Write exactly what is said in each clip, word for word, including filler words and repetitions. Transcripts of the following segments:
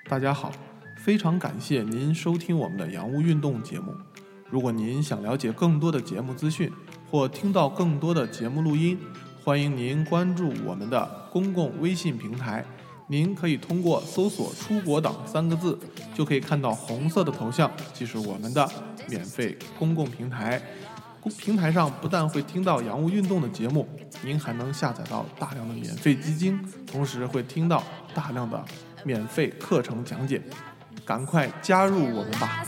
大家好，非常感谢您收听我们的洋务运动节目。如果您想了解更多的节目资讯或听到更多的节目录音，欢迎您关注我们的公共微信平台。您可以通过搜索出国党三个字，就可以看到红色的头像，即是我们的免费公共平台。平台上不但会听到洋务运动的节目，您还能下载到大量的免费基金，同时会听到大量的免费课程讲解。赶快加入我们吧。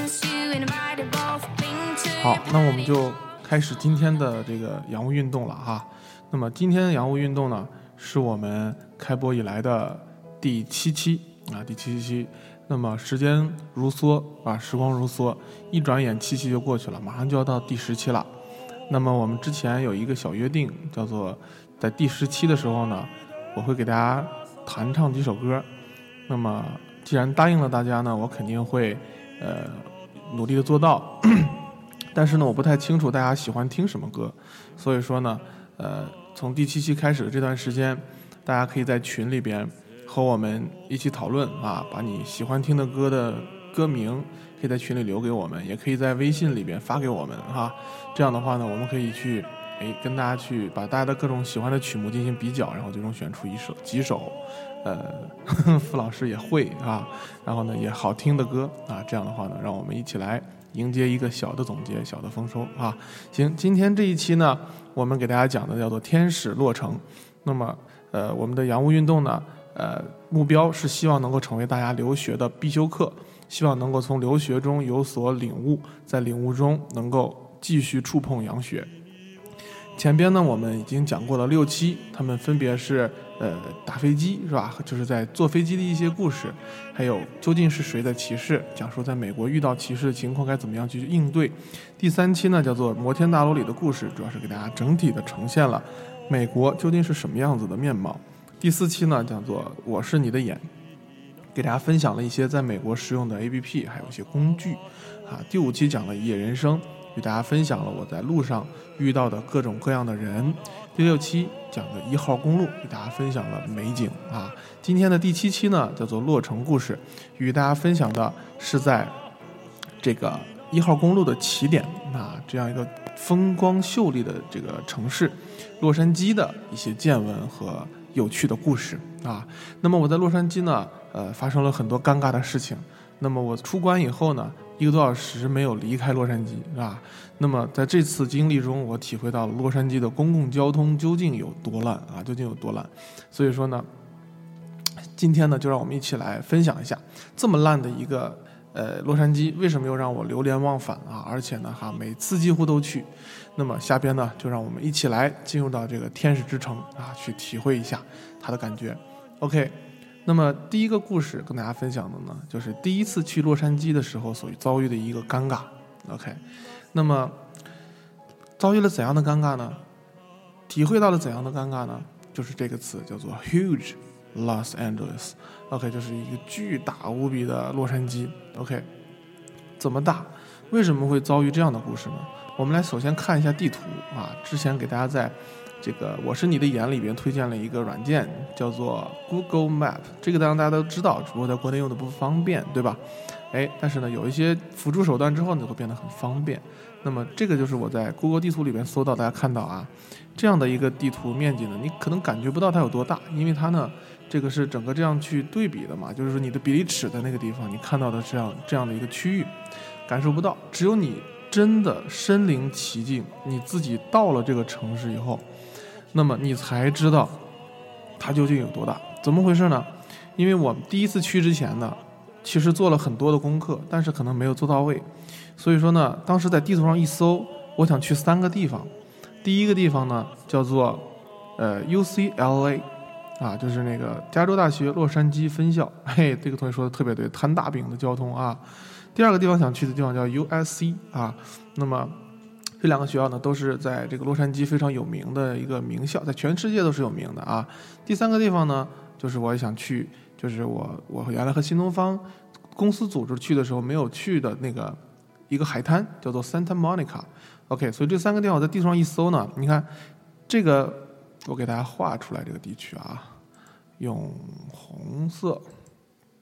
好，那我们就开始今天的这个洋务运动了哈。那么今天的洋务运动呢，是我们开播以来的第七期啊，第七期。那么时间如梭啊，时光如梭，一转眼七期就过去了，马上就要到第十期了。那么我们之前有一个小约定，叫做在第十期的时候呢，我会给大家弹唱几首歌。那么既然答应了大家呢，我肯定会呃努力的做到。但是呢，我不太清楚大家喜欢听什么歌，所以说呢，呃，从第七期开始的这段时间，大家可以在群里边和我们一起讨论啊，把你喜欢听的歌的歌名可以在群里留给我们，也可以在微信里边发给我们哈。这样的话呢，我们可以去哎跟大家去把大家的各种喜欢的曲目进行比较，然后最终选出一首几首呃呵呵傅老师也会啊，然后呢也好听的歌啊。这样的话呢，让我们一起来迎接一个小的总结，小的丰收啊。行，今天这一期呢，我们给大家讲的叫做天使落成。那么呃我们的洋务运动呢，呃，目标是希望能够成为大家留学的必修课，希望能够从留学中有所领悟，在领悟中能够继续触碰洋学。前边呢，我们已经讲过了六期，他们分别是呃打飞机是吧？就是在坐飞机的一些故事，还有究竟是谁的歧视，讲述在美国遇到歧视的情况该怎么样去应对。第三期呢，叫做摩天大楼里的故事，主要是给大家整体的呈现了美国究竟是什么样子的面貌。第四期呢，叫做我是你的眼，给大家分享了一些在美国使用的 A P P 还有一些工具啊。第五期讲了一夜人生，与大家分享了我在路上遇到的各种各样的人。第六期讲的一号公路，与大家分享了美景啊。今天的第七期呢，叫做落成故事，与大家分享的是在这个一号公路的起点啊，这样一个风光秀丽的这个城市洛杉矶的一些见闻和有趣的故事啊。那么我在洛杉矶呢，呃，发生了很多尴尬的事情。那么我出关以后呢，一个多小时没有离开洛杉矶，是吧？那么在这次经历中，我体会到了洛杉矶的公共交通究竟有多烂啊，究竟有多烂。所以说呢，今天呢，就让我们一起来分享一下这么烂的一个呃洛杉矶，为什么又让我流连忘返啊？而且呢，哈，每次几乎都去。那么下边呢，就让我们一起来进入到这个天使之城啊，去体会一下它的感觉。OK， 那么第一个故事跟大家分享的呢，就是第一次去洛杉矶的时候所遭遇的一个尴尬。OK， 那么遭遇了怎样的尴尬呢？体会到了怎样的尴尬呢？就是这个词叫做 huge Los Angeles。OK， 就是一个巨大无比的洛杉矶。OK， 怎么大？为什么会遭遇这样的故事呢？我们来首先看一下地图啊。之前给大家在这个我是你的眼里边推荐了一个软件，叫做 Google Map。这个当然大家都知道，只不过在国内用的不方便，对吧？哎，但是呢，有一些辅助手段之后呢，就会变得很方便。那么这个就是我在 Google 地图里边搜到，大家看到啊，这样的一个地图面积呢，你可能感觉不到它有多大，因为它呢，这个是整个这样去对比的嘛，就是说你的比例尺的那个地方，你看到的这样这样的一个区域，感受不到。只有你真的身临其境，你自己到了这个城市以后，那么你才知道它究竟有多大。怎么回事呢？因为我们第一次去之前呢，其实做了很多的功课，但是可能没有做到位。所以说呢，当时在地图上一搜，我想去三个地方。第一个地方呢，叫做呃 U C L A 啊，就是那个加州大学洛杉矶分校。嘿，这个同学说的特别对，摊大饼的交通啊。第二个地方想去的地方叫 U S C 啊，那么这两个学校呢，都是在这个洛杉矶非常有名的一个名校，在全世界都是有名的啊。第三个地方呢，就是我也想去，就是我我原来和新东方公司组织去的时候没有去的那个一个海滩，叫做 Santa Monica。OK， 所以这三个地方我在地图上一搜呢，你看这个我给大家画出来这个地区啊，用红色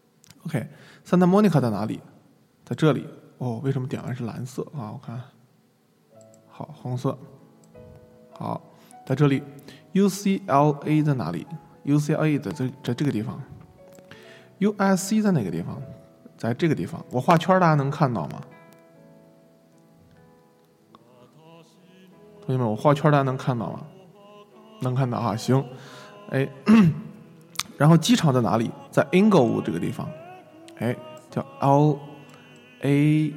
OK，Santa Monica 在哪里？在这里。哦，为什么点完是蓝色啊？我看，好，红色。好，在这里。U C L A 在哪里 ？U C L A 在这在这个地方。U S C 在哪个地方？在这个地方。我画圈，大家能看到吗？同学们，我画圈，大家能看到吗？能看到哈，行。哎，然后机场在哪里？在 Inglewood 这个地方。哎，叫 L A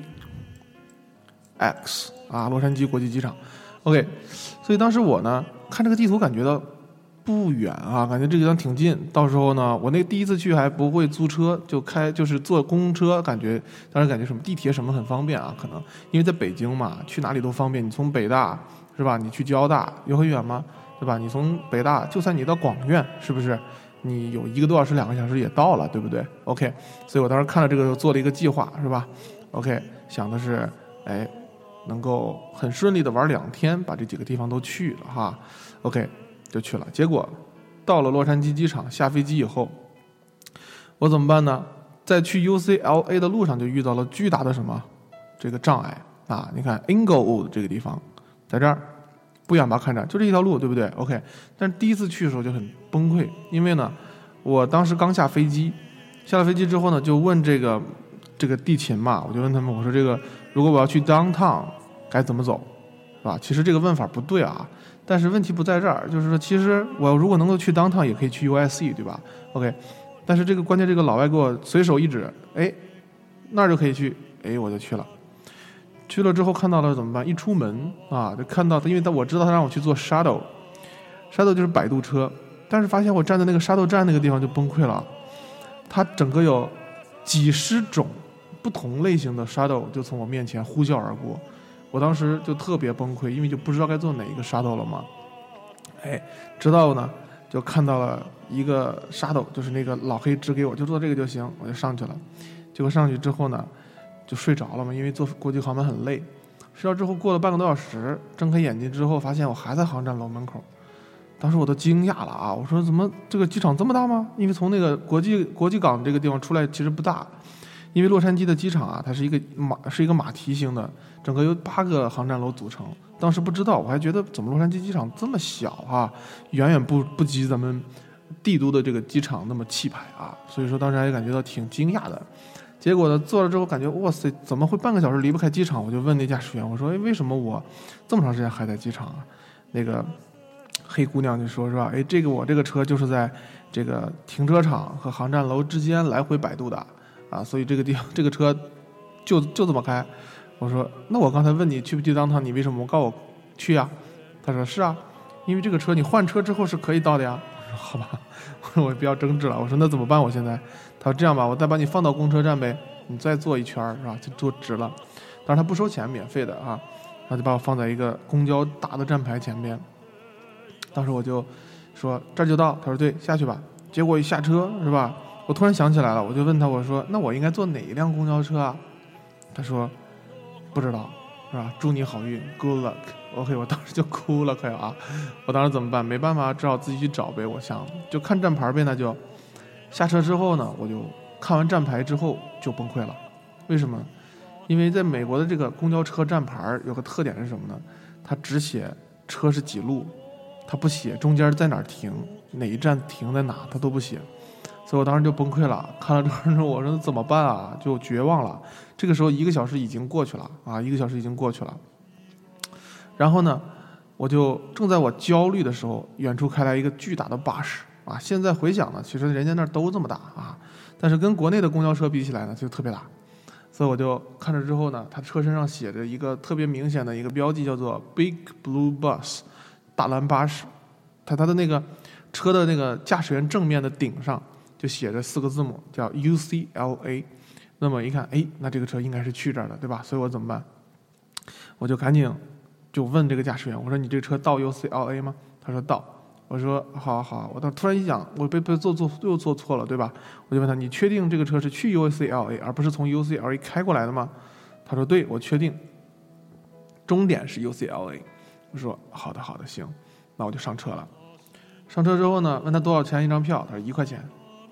X 啊，洛杉矶国际机场。OK， 所以当时我呢看这个地图，感觉到不远啊，感觉这个地方挺近。到时候呢，我那第一次去还不会租车，就开就是坐公车，感觉当时感觉什么地铁什么很方便啊，可能因为在北京嘛，去哪里都方便。你从北大是吧？你去交大有很远吗？对吧？你从北大，就算你到广院，是不是？你有一个多小时、两个小时也到了，对不对 ？OK， 所以我当时看了这个，做了一个计划，是吧 ？OK， 想的是，哎，能够很顺利的玩两天，把这几个地方都去了哈。OK， 就去了。结果到了洛杉矶机场，下飞机以后，我怎么办呢？在去 U C L A 的路上就遇到了巨大的什么这个障碍啊！你看 Inglewood 这个地方，在这儿。不远吧？看着就这一条路，对不对 ？OK， 但是第一次去的时候就很崩溃，因为呢，我当时刚下飞机，下了飞机之后呢，就问这个这个地勤嘛，我就问他们，我说这个如果我要去 downtown 该怎么走，是吧？其实这个问法不对啊，但是问题不在这儿，就是说其实我如果能够去 downtown 也可以去 U S C， 对吧 ？OK， 但是这个关键这个老外给我随手一指，哎，那儿就可以去，哎，我就去了。去了之后看到了怎么办？一出门啊，就看到他，因为他我知道他让我去坐 shuttle，shuttle 就是摆渡车，但是发现我站在那个 shuttle 站那个地方就崩溃了，它整个有几十种不同类型的 shuttle 就从我面前呼啸而过，我当时就特别崩溃，因为就不知道该坐哪一个 shuttle 了嘛。哎，直到呢就看到了一个 shuttle， 就是那个老黑指给我，就坐这个就行，我就上去了。结果上去之后呢。就睡着了嘛，因为坐国际航班很累。睡着之后过了半个多小时，睁开眼睛之后，发现我还在航站楼门口。当时我都惊讶了啊！我说怎么这个机场这么大吗？因为从那个国际国际港这个地方出来其实不大，因为洛杉矶的机场啊，它是一个马是一个马蹄形的，整个由八个航站楼组成。当时不知道，我还觉得怎么洛杉矶机场这么小啊，远远不不及咱们帝都的这个机场那么气派啊！所以说当时还感觉到挺惊讶的。结果呢，做了之后感觉哇塞，怎么会半个小时离不开机场？我就问那驾驶员，我说，哎，为什么我这么长时间还在机场啊？那个黑姑娘就说是吧，哎，这个我这个车就是在这个停车场和航站楼之间来回摆渡的啊，所以这个地方这个车就就这么开。我说，那我刚才问你去不去当趟，你为什么不告我去呀？他说是啊，因为这个车你换车之后是可以到的呀。我说好吧，我说我不要争执了。我说那怎么办？我现在。他说这样吧，我再把你放到公车站呗，你再坐一圈是吧？就坐直了，但是他不收钱，免费的啊。他就把我放在一个公交大的站牌前边。当时我就说这儿就到，他说对，下去吧。结果一下车是吧？我突然想起来了，我就问他，我说那我应该坐哪一辆公交车啊？他说不知道是吧？祝你好运 ，Good luck。OK， 我当时就哭了，快啊！我当时怎么办？没办法，只好自己去找呗。我想就看站牌呗，那就。下车之后呢，我就看完站牌之后就崩溃了。为什么？因为在美国的这个公交车站牌有个特点是什么呢？它只写车是几路，它不写中间在哪儿停，哪一站停在哪，它都不写。所以我当时就崩溃了。看了之后，我说怎么办啊？就绝望了。这个时候一个小时已经过去了啊，一个小时已经过去了。然后呢，我就正在我焦虑的时候，远处开来一个巨大的巴士。啊，现在回想呢，其实人家那儿都这么大啊，但是跟国内的公交车比起来呢，就特别大。所以我就看着之后呢，它车身上写着一个特别明显的一个标记，叫做 Big Blue Bus， 大蓝巴士。它它的那个车的那个驾驶员正面的顶上就写着四个字母，叫 U C L A。那么一看，哎，那这个车应该是去这儿的，对吧？所以我怎么办？我就赶紧就问这个驾驶员，我说你这个车到 U C L A 吗？他说到。我说好好，我当突然一想，我被被做做又做错了，对吧？我就问他，你确定这个车是去 U C L A 而不是从 U C L A 开过来的吗？他说对，我确定，终点是 U C L A。我说好的好的，行，那我就上车了。上车之后呢，问他多少钱一张票，他说一块钱。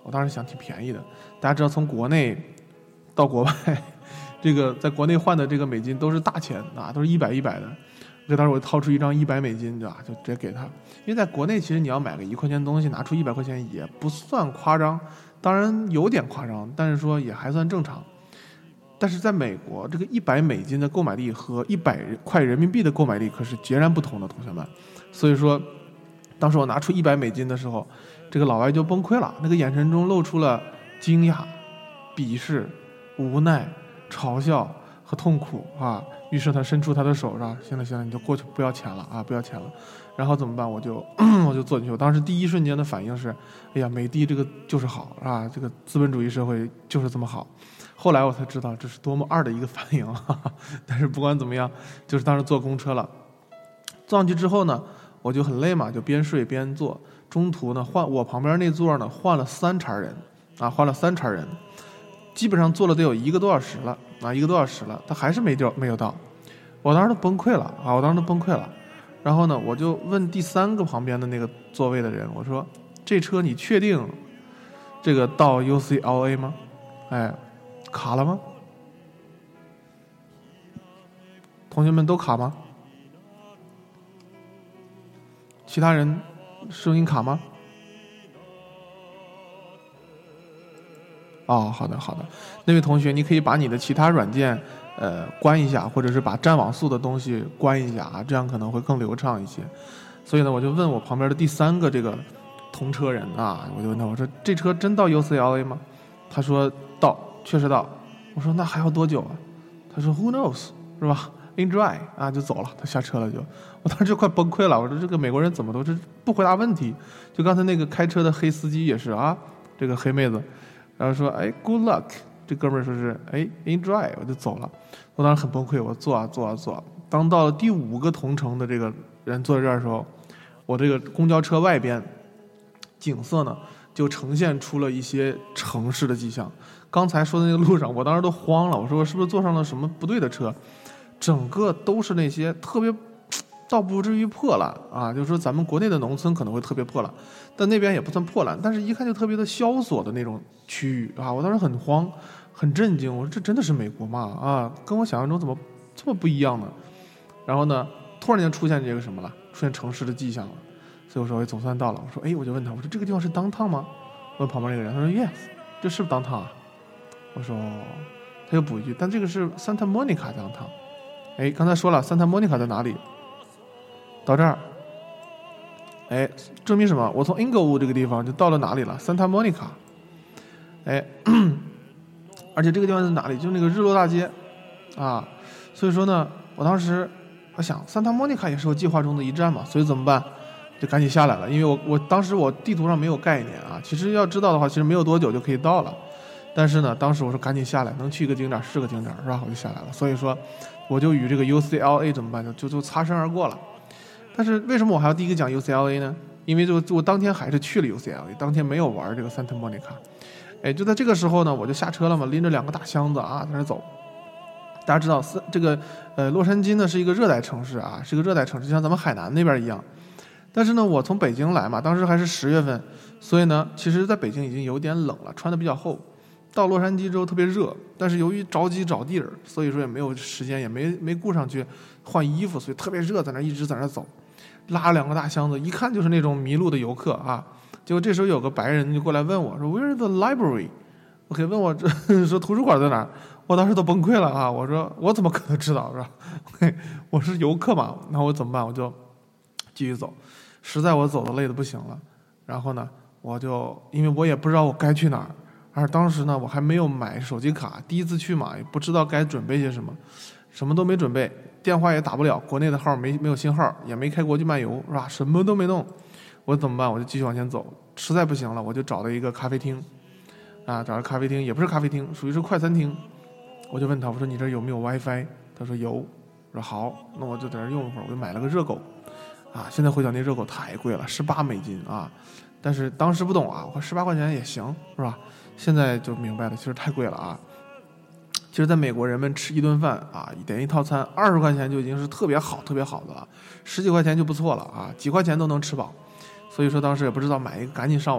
我当时想挺便宜的。大家知道从国内到国外，这个在国内换的这个美金都是大钱啊，都是一百一百的。这当时我掏出一张一百美金，对吧？就直接给他。因为在国内其实你要买个一块钱的东西，拿出一百块钱也不算夸张，当然有点夸张，但是说也还算正常。但是在美国，这个一百美金的购买力和一百块人民币的购买力可是截然不同的，同学们。所以说，当时我拿出一百美金的时候，这个老外就崩溃了，那个眼神中露出了惊讶、鄙视、无奈、嘲笑和痛苦啊。于是他伸出他的手，说：“行了行了，你就过去，不要钱了啊，不要钱了。”然后怎么办？我就我就坐进去。我当时第一瞬间的反应是：哎呀，美帝这个就是好啊，这个资本主义社会就是这么好。后来我才知道这是多么二的一个反应，哈哈。但是不管怎么样，就是当时坐公车了，坐上去之后呢，我就很累嘛，就边睡边坐。中途呢，换我旁边那座呢换了三茬人啊，换了三茬人。基本上坐了得有一个多小时了啊，一个多小时了，他还是没掉没有到，我当时都崩溃了啊，我当时都崩溃了。然后呢，我就问第三个旁边的那个座位的人，我说：“这车你确定这个到 U C L A 吗？哎，卡了吗？同学们都卡吗？其他人声音卡吗？”哦，好的好的，那位同学，你可以把你的其他软件呃关一下，或者是把占网速的东西关一下啊，这样可能会更流畅一些。所以呢，我就问我旁边的第三个这个同车人啊，我就问他，我说这车真到 U C L A 吗？他说到，确实到。我说那还要多久啊？他说 Who knows， 是吧 ？Enjoy 啊，就走了，他下车了就。我当时就快崩溃了，我说这个美国人怎么都是不回答问题？就刚才那个开车的黑司机也是啊，这个黑妹子。然后说，哎 ，good luck， 这哥们儿说是，哎 ，enjoy， 我就走了。我当时很崩溃，我坐啊坐啊坐。当到了第五个同城的这个人坐在这儿的时候，我这个公交车外边景色呢，就呈现出了一些城市的迹象。刚才说的那个路上，我当时都慌了，我说我是不是坐上了什么不对的车？整个都是那些特别。倒不至于破烂啊，就是说咱们国内的农村可能会特别破烂，但那边也不算破烂，但是一看就特别的萧索的那种区域啊，我当时很慌，很震惊，我说这真的是美国吗？啊，跟我想象中怎么这么不一样呢？然后呢，突然间出现这个什么了，出现城市的迹象了，所以我说我总算到了，我说哎，我就问他，我说这个地方是downtown吗？问旁边那个人，他说 yes， 这是 downtown 啊。我说，他又补一句，但这个是 Santa Monica downtown。哎，刚才说了 Santa Monica 在哪里？到这儿，哎，证明什么？我从 Inglewood 这个地方就到了哪里了 ？Santa Monica。哎，而且这个地方是哪里？就是那个日落大街啊。所以说呢，我当时我想 Santa Monica 也是我计划中的一站嘛，所以怎么办？就赶紧下来了，因为我我当时我地图上没有概念啊。其实要知道的话，其实没有多久就可以到了。但是呢，当时我说赶紧下来，能去一个景点是个景点，是吧？我就下来了。所以说，我就与这个 U C L A 怎么办？就就就擦身而过了。但是为什么我还要第一个讲 U C L A 呢？因为就我当天还是去了 U C L A， 当天没有玩这个 Santa Monica。哎，就在这个时候呢，我就下车了嘛，拎着两个大箱子啊，在那走。大家知道，这个呃洛杉矶呢是一个热带城市啊，是一个热带城市，像咱们海南那边一样。但是呢，我从北京来嘛，当时还是十月份，所以呢，其实在北京已经有点冷了，穿的比较厚。到洛杉矶之后特别热，但是由于着急找地儿，所以说也没有时间，也没没顾上去换衣服，所以特别热，在那一直在那走。拉了两个大箱子，一看就是那种迷路的游客啊。结果这时候有个白人就过来问我说 Where is the library？ 我可以问我说图书馆在哪儿？我当时都崩溃了啊！我说我怎么可能知道是吧？我是游客嘛，那我怎么办？我就继续走，实在我走的累的不行了。然后呢，我就因为我也不知道我该去哪儿，而当时呢我还没有买手机卡，第一次去嘛，也不知道该准备些什么，什么都没准备。电话也打不了，国内的号没没有信号，也没开国际漫游，是吧？什么都没弄，我怎么办？我就继续往前走，实在不行了，我就找了一个咖啡厅，啊，找了咖啡厅，也不是咖啡厅，属于是快餐厅。我就问他，我说你这有没有 WiFi？ 他说有。我说好，那我就在这用一会儿，我就买了个热狗，啊，现在回想那热狗太贵了，十八美金啊！但是当时不懂啊，我说十八块钱也行，是吧？现在就明白了，其实太贵了啊。其实在美国人们吃一顿饭啊，点一套餐二十块钱就已经是特别好特别好的了，十几块钱就不错了啊，几块钱都能吃饱。所以说当时也不知道买一个，赶紧上网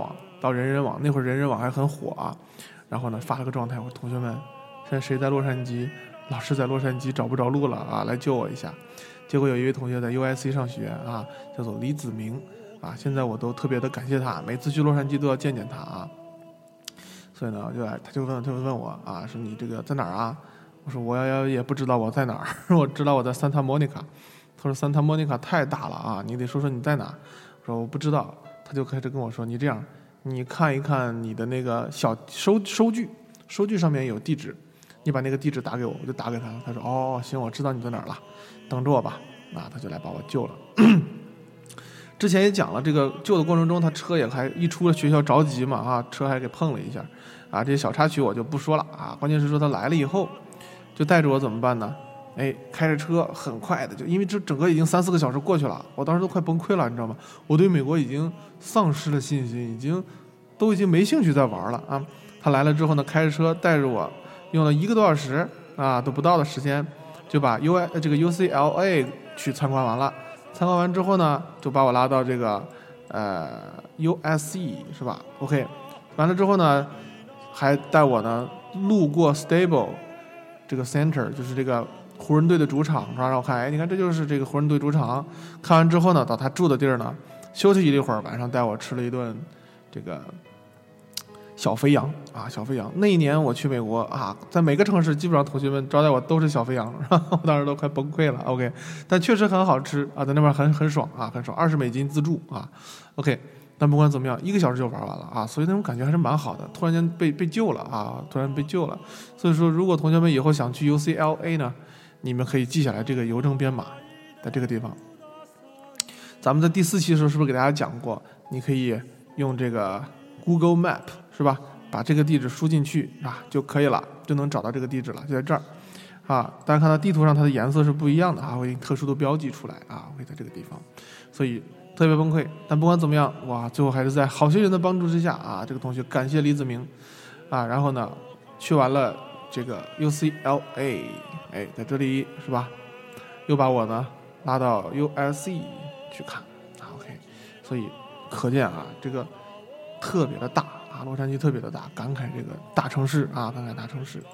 到人人网，那会儿人人网还很火啊。然后呢，发了个状态，我说同学们，现在谁在洛杉矶？老师在洛杉矶找不着路了啊，来救我一下。结果有一位同学在 U I C 上学啊，叫做李子明啊，现在我都特别的感谢他，每次去洛杉矶都要见见他啊。所以呢，就他就问他就问我啊，说你这个在哪儿啊？我说我也也不知道我在哪儿，我知道我在 Santa Monica。他说 Santa Monica 太大了啊，你得说说你在哪。我说我不知道。他就开始跟我说，你这样，你看一看你的那个小收收据，收据上面有地址，你把那个地址打给我，我就打给他。他说哦，行，我知道你在哪儿了，等着我吧。啊，他就来把我救了。之前也讲了，这个救的过程中，他车也还一出了学校着急嘛，啊，车还给碰了一下，啊，这些小插曲我就不说了啊。关键是说他来了以后，就带着我怎么办呢？哎，开着车很快的，就因为这整个已经三四个小时过去了，我当时都快崩溃了，你知道吗？我对美国已经丧失了信心，已经都已经没兴趣再玩了啊。他来了之后呢，开着车带着我，用了一个多小时啊，都不到的时间，就把 U I 这个 U C L A 去参观完了。参观完之后呢，就把我拉到这个呃 U S C 是吧 ？OK， 完了之后呢，还带我呢路过 Stable 这个 Center， 就是这个湖人队的主场，让我看，哎，你看这就是这个湖人队主场。看完之后呢，到他住的地儿呢，休息了一会儿，晚上带我吃了一顿这个小肥羊啊，小肥羊。那一年我去美国啊，在每个城市基本上同学们招待我都是小肥羊，我当时都快崩溃了。OK， 但确实很好吃啊，在那边很很爽啊，很爽，二十美金自助啊。OK， 但不管怎么样，一个小时就玩完了啊，所以那种感觉还是蛮好的。突然间被被救了啊，突然被救了。所以说，如果同学们以后想去 U C L A 呢，你们可以记下来这个邮政编码，在这个地方。咱们在第四期的时候是不是给大家讲过？你可以用这个 Google Map 是吧？把这个地址输进去啊就可以了，就能找到这个地址了，就在这儿啊。大家看到地图上它的颜色是不一样的啊，会特殊的标记出来啊，会在这个地方，所以特别崩溃。但不管怎么样，哇，最后还是在好心人的帮助之下啊，这个同学感谢李子明啊，然后呢去完了这个 U C L A， 哎，在这里是吧？又把我呢拉到 U S C 去看啊 ，OK， 所以可见啊，这个特别的大啊，洛杉矶特别的大，感慨这个大城市啊，感慨大城市。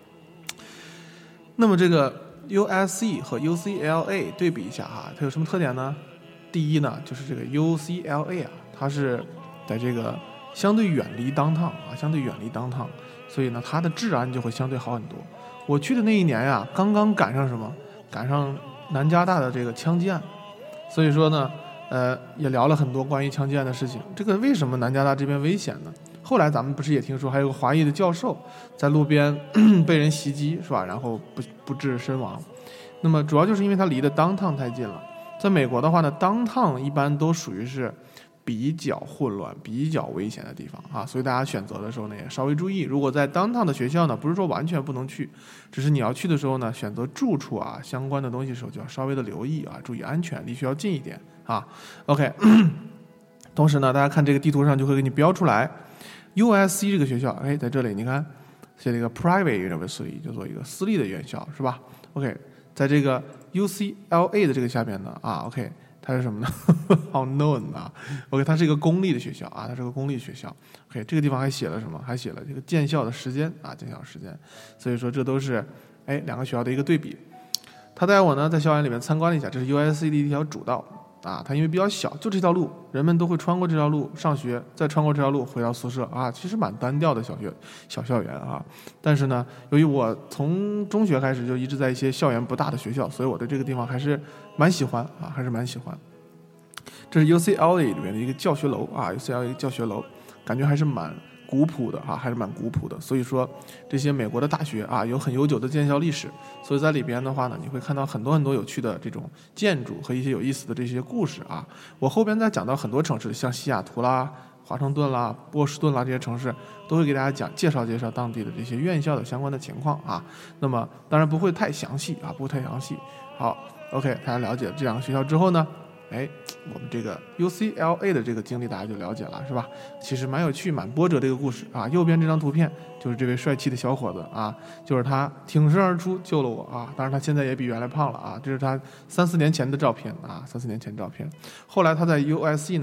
那么这个 U S C 和 U C L A 对比一下哈，它有什么特点呢？第一呢，就是这个 U C L A 啊，它是在这个相对远离downtown啊，相对远离downtown，所以呢，它的治安就会相对好很多。我去的那一年呀，刚刚赶上什么？赶上南加大的这个枪击案，所以说呢，呃，也聊了很多关于枪击案的事情。这个为什么南加大这边危险呢？后来咱们不是也听说还有个华裔的教授在路边被人袭击是吧？然后不不治身亡。那么主要就是因为它离的 downtown 太近了。在美国的话呢 ，downtown 一般都属于是比较混乱、比较危险的地方啊，所以大家选择的时候呢也稍微注意。如果在 downtown 的学校呢，不是说完全不能去，只是你要去的时候呢，选择住处啊相关的东西的时候就要稍微的留意啊，注意安全，离学校近一点啊。OK， 同时呢，大家看这个地图上就会给你标出来 U S C 这个学校，哎，在这里你看写了一个 private university， 就做一个私立的院校是吧 ？OK， 在这个 U C L A 的这个下边呢，啊 ，OK。它是什么呢？Unknown 啊 ，OK， 它是一个公立的学校啊，它是个公立学校。OK， 这个地方还写了什么？还写了这个建校的时间啊，建校时间。所以说这都是哎两个学校的一个对比。他带我呢在校园里面参观了一下，这是 U S C 的一条主道啊，它因为比较小，就这条路，人们都会穿过这条路上学，再穿过这条路回到宿舍啊，其实蛮单调的小学小校园啊。但是呢，由于我从中学开始就一直在一些校园不大的学校，所以我对这个地方还是蛮喜欢啊，还是蛮喜欢。这是 U C L A 里面的一个教学楼啊 ，U C L A 教学楼，感觉还是蛮古朴的啊，还是蛮古朴的。所以说，这些美国的大学啊，有很悠久的建校历史，所以在里边的话呢，你会看到很多很多有趣的这种建筑和一些有意思的这些故事啊。我后边再讲到很多城市，像西雅图啦、华盛顿啦、波士顿啦这些城市，都会给大家讲介绍介绍当地的这些院校的相关的情况啊。那么当然不会太详细啊，不会太详细。好 ，OK， 大家了解这两个学校之后呢？哎，我们这个 U C L A 的这个经历大家就了解了，是吧？其实蛮有趣、蛮波折的一个故事啊。右边这张图片就是这位帅气的小伙子啊，就是他挺身而出救了我啊。当然他现在也比原来胖了啊，这是他三四年前的照片啊，三四年前的照片。后来他在 U S C 呢，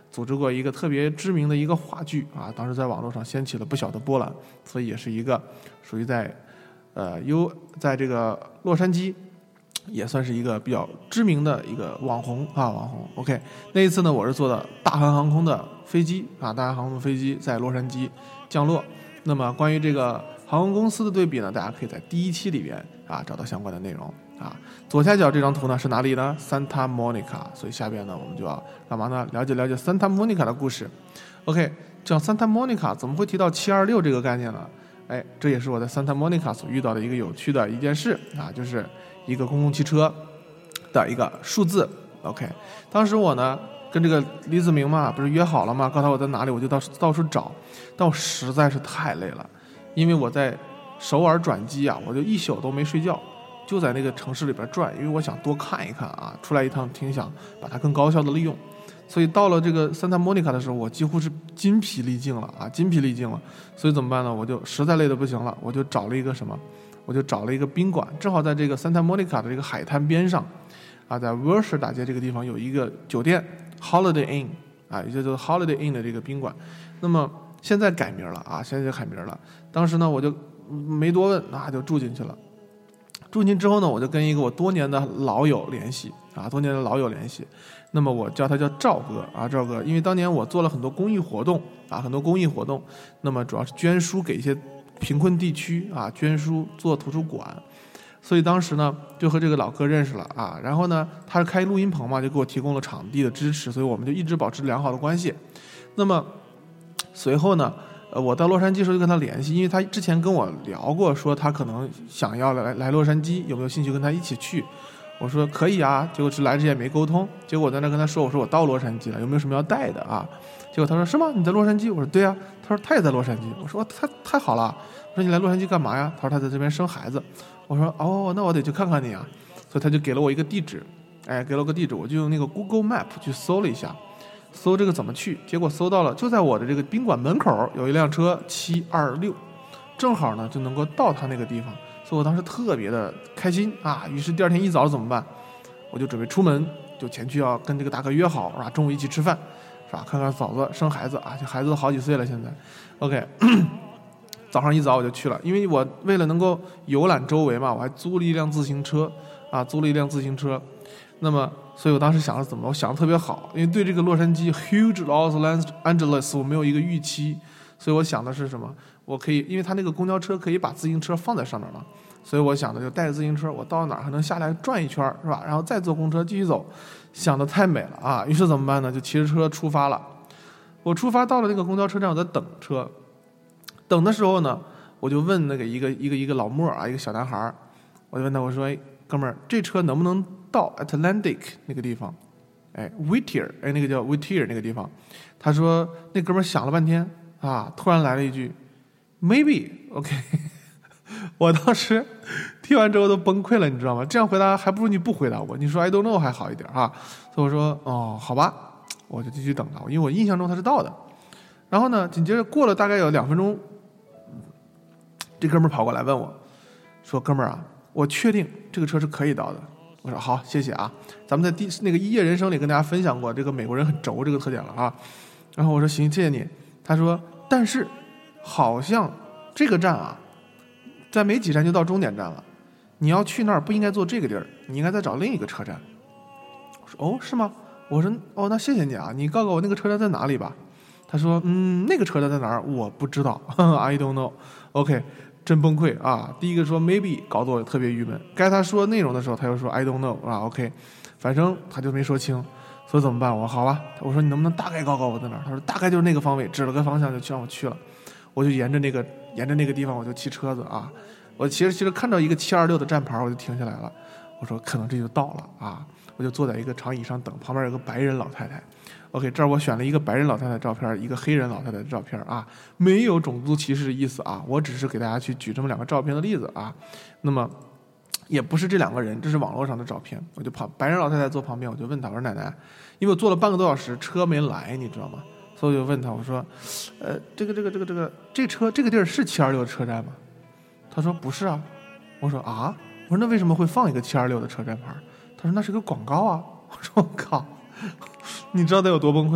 组织过一个特别知名的一个话剧啊，当时在网络上掀起了不小的波澜，所以也是一个属于在呃优在这个洛杉矶也算是一个比较知名的一个网红啊网红。OK， 那一次呢，我是坐的大韩航空的飞机啊，大韩航空的飞机在洛杉矶降落。那么关于这个航空公司的对比呢，大家可以在第一期里边啊找到相关的内容啊。左下角这张图呢是哪里呢 ？Santa Monica， 所以下边呢我们就要干嘛呢？了解了解 Santa Monica 的故事。OK， 讲 Santa Monica 怎么会提到七二六这个概念呢？哎，这也是我在 Santa Monica 所遇到的一个有趣的一件事啊，就是一个公共汽车的一个数字。OK， 当时我呢跟这个李子明嘛，不是约好了吗？告诉他我在哪里，我就到到处找，但我实在是太累了，因为我在首尔转机啊，我就一宿都没睡觉，就在那个城市里边转，因为我想多看一看啊，出来一趟挺想把它更高效的利用。所以到了这个 Santa Monica 的时候，我几乎是筋疲力尽了啊，筋疲力尽了。所以怎么办呢？我就实在累得不行了，我就找了一个什么，我就找了一个宾馆，正好在这个 Santa Monica 的这个海滩边上，啊，在 Wilshire 大街这个地方有一个酒店 Holiday Inn 啊，也叫做 Holiday Inn 的这个宾馆。那么现在改名了啊，现在改名了。当时呢，我就没多问，那就住进去了。住进之后呢，我就跟一个我多年的老友联系啊，多年的老友联系。那么我叫他叫赵哥啊，赵哥，因为当年我做了很多公益活动啊，很多公益活动，那么主要是捐书给一些贫困地区啊，捐书做图书馆，所以当时呢就和这个老哥认识了啊。然后呢，他是开录音棚嘛，就给我提供了场地的支持，所以我们就一直保持良好的关系。那么随后呢，呃，我到洛杉矶的时候就跟他联系，因为他之前跟我聊过，说他可能想要来来洛杉矶，有没有兴趣跟他一起去？我说可以啊，结果是来之前没沟通，结果我在那跟他说，我说我到洛杉矶了，有没有什么要带的啊？结果他说是吗？你在洛杉矶？我说对啊。他说他也在洛杉矶。我说他太好了。我说你来洛杉矶干嘛呀？他说他在这边生孩子。我说哦，那我得去看看你啊。所以他就给了我一个地址，哎，给了我个地址，我就用那个 Google Map 去搜了一下，搜这个怎么去，结果搜到了，就在我的这个宾馆门口有一辆车七二六，正好呢就能够到他那个地方。所以我当时特别的开心啊，于是第二天一早怎么办？我就准备出门，就前去要跟这个大哥约好，是吧？中午一起吃饭，是吧？看看嫂子生孩子啊，这孩子都好几岁了现在。OK， 早上一早我就去了，因为我为了能够游览周围嘛，我还租了一辆自行车啊，租了一辆自行车。那么，所以我当时想的怎么？我想的特别好，因为对这个洛杉矶 huge Los Angeles 我没有一个预期，所以我想的是什么？我可以，因为他那个公交车可以把自行车放在上面嘛，所以我想的就带着自行车，我到哪儿还能下来转一圈，是吧？然后再坐公车继续走，想的太美了啊！于是怎么办呢？就骑着车出发了。我出发到了那个公交车站，我在等车。等的时候呢，我就问那个一个一个一个老莫啊，一个小男孩，我就问他，我说：“哎，哥们儿，这车能不能到 Atlantic 那个地方？哎 ，Whittier， 哎，那个叫 Whittier 那个地方。”他说，那哥们儿想了半天啊，突然来了一句。Maybe OK， 我当时听完之后都崩溃了，你知道吗？这样回答还不如你不回答我，你说 I don't know 还好一点啊。所以我说哦，好吧，我就继续等他，因为我印象中他是到的。然后呢，紧接着过了大概有两分钟，这哥们儿跑过来问我，说：“哥们儿啊，我确定这个车是可以到的。”我说：“好，谢谢啊。”咱们在第那个一夜人生里跟大家分享过这个美国人很轴这个特点了啊。然后我说：“行，谢谢你。”他说：“但是。”好像这个站啊，再没几站就到终点站了。你要去那儿不应该坐这个地儿，你应该再找另一个车站。我说哦，是吗？我说哦，那谢谢你啊，你告诉我那个车站在哪里吧。他说嗯，那个车站在哪儿我不知道，I don't know。OK， 真崩溃啊！第一个说 maybe， 搞得我特别郁闷。该他说内容的时候，他又说 I don't know 啊。OK， 反正他就没说清。所以怎么办？我说好吧，我说你能不能大概告告我在哪儿？他说大概就是那个方位，指了个方向就让我去了。我就沿着那个沿着那个地方，我就骑车子啊。我其实其实看到一个七二六的站牌，我就停下来了。我说可能这就到了啊。我就坐在一个长椅上等，旁边有个白人老太太。OK， 这儿我选了一个白人老太太的照片，一个黑人老太太的照片啊，没有种族歧视的意思啊。我只是给大家去举这么两个照片的例子啊。那么也不是这两个人，这是网络上的照片。我就跑，白人老太太坐旁边，我就问她，我说奶奶，因为我坐了半个多小时，车没来，你知道吗？所以我就问他，我说，呃，这个这个这个这个这车这个地儿是七二六的车站吗？他说不是啊。我说啊，我说那为什么会放一个七二六的车站牌？他说那是个广告啊。我说我靠，你知道他有多崩溃吗？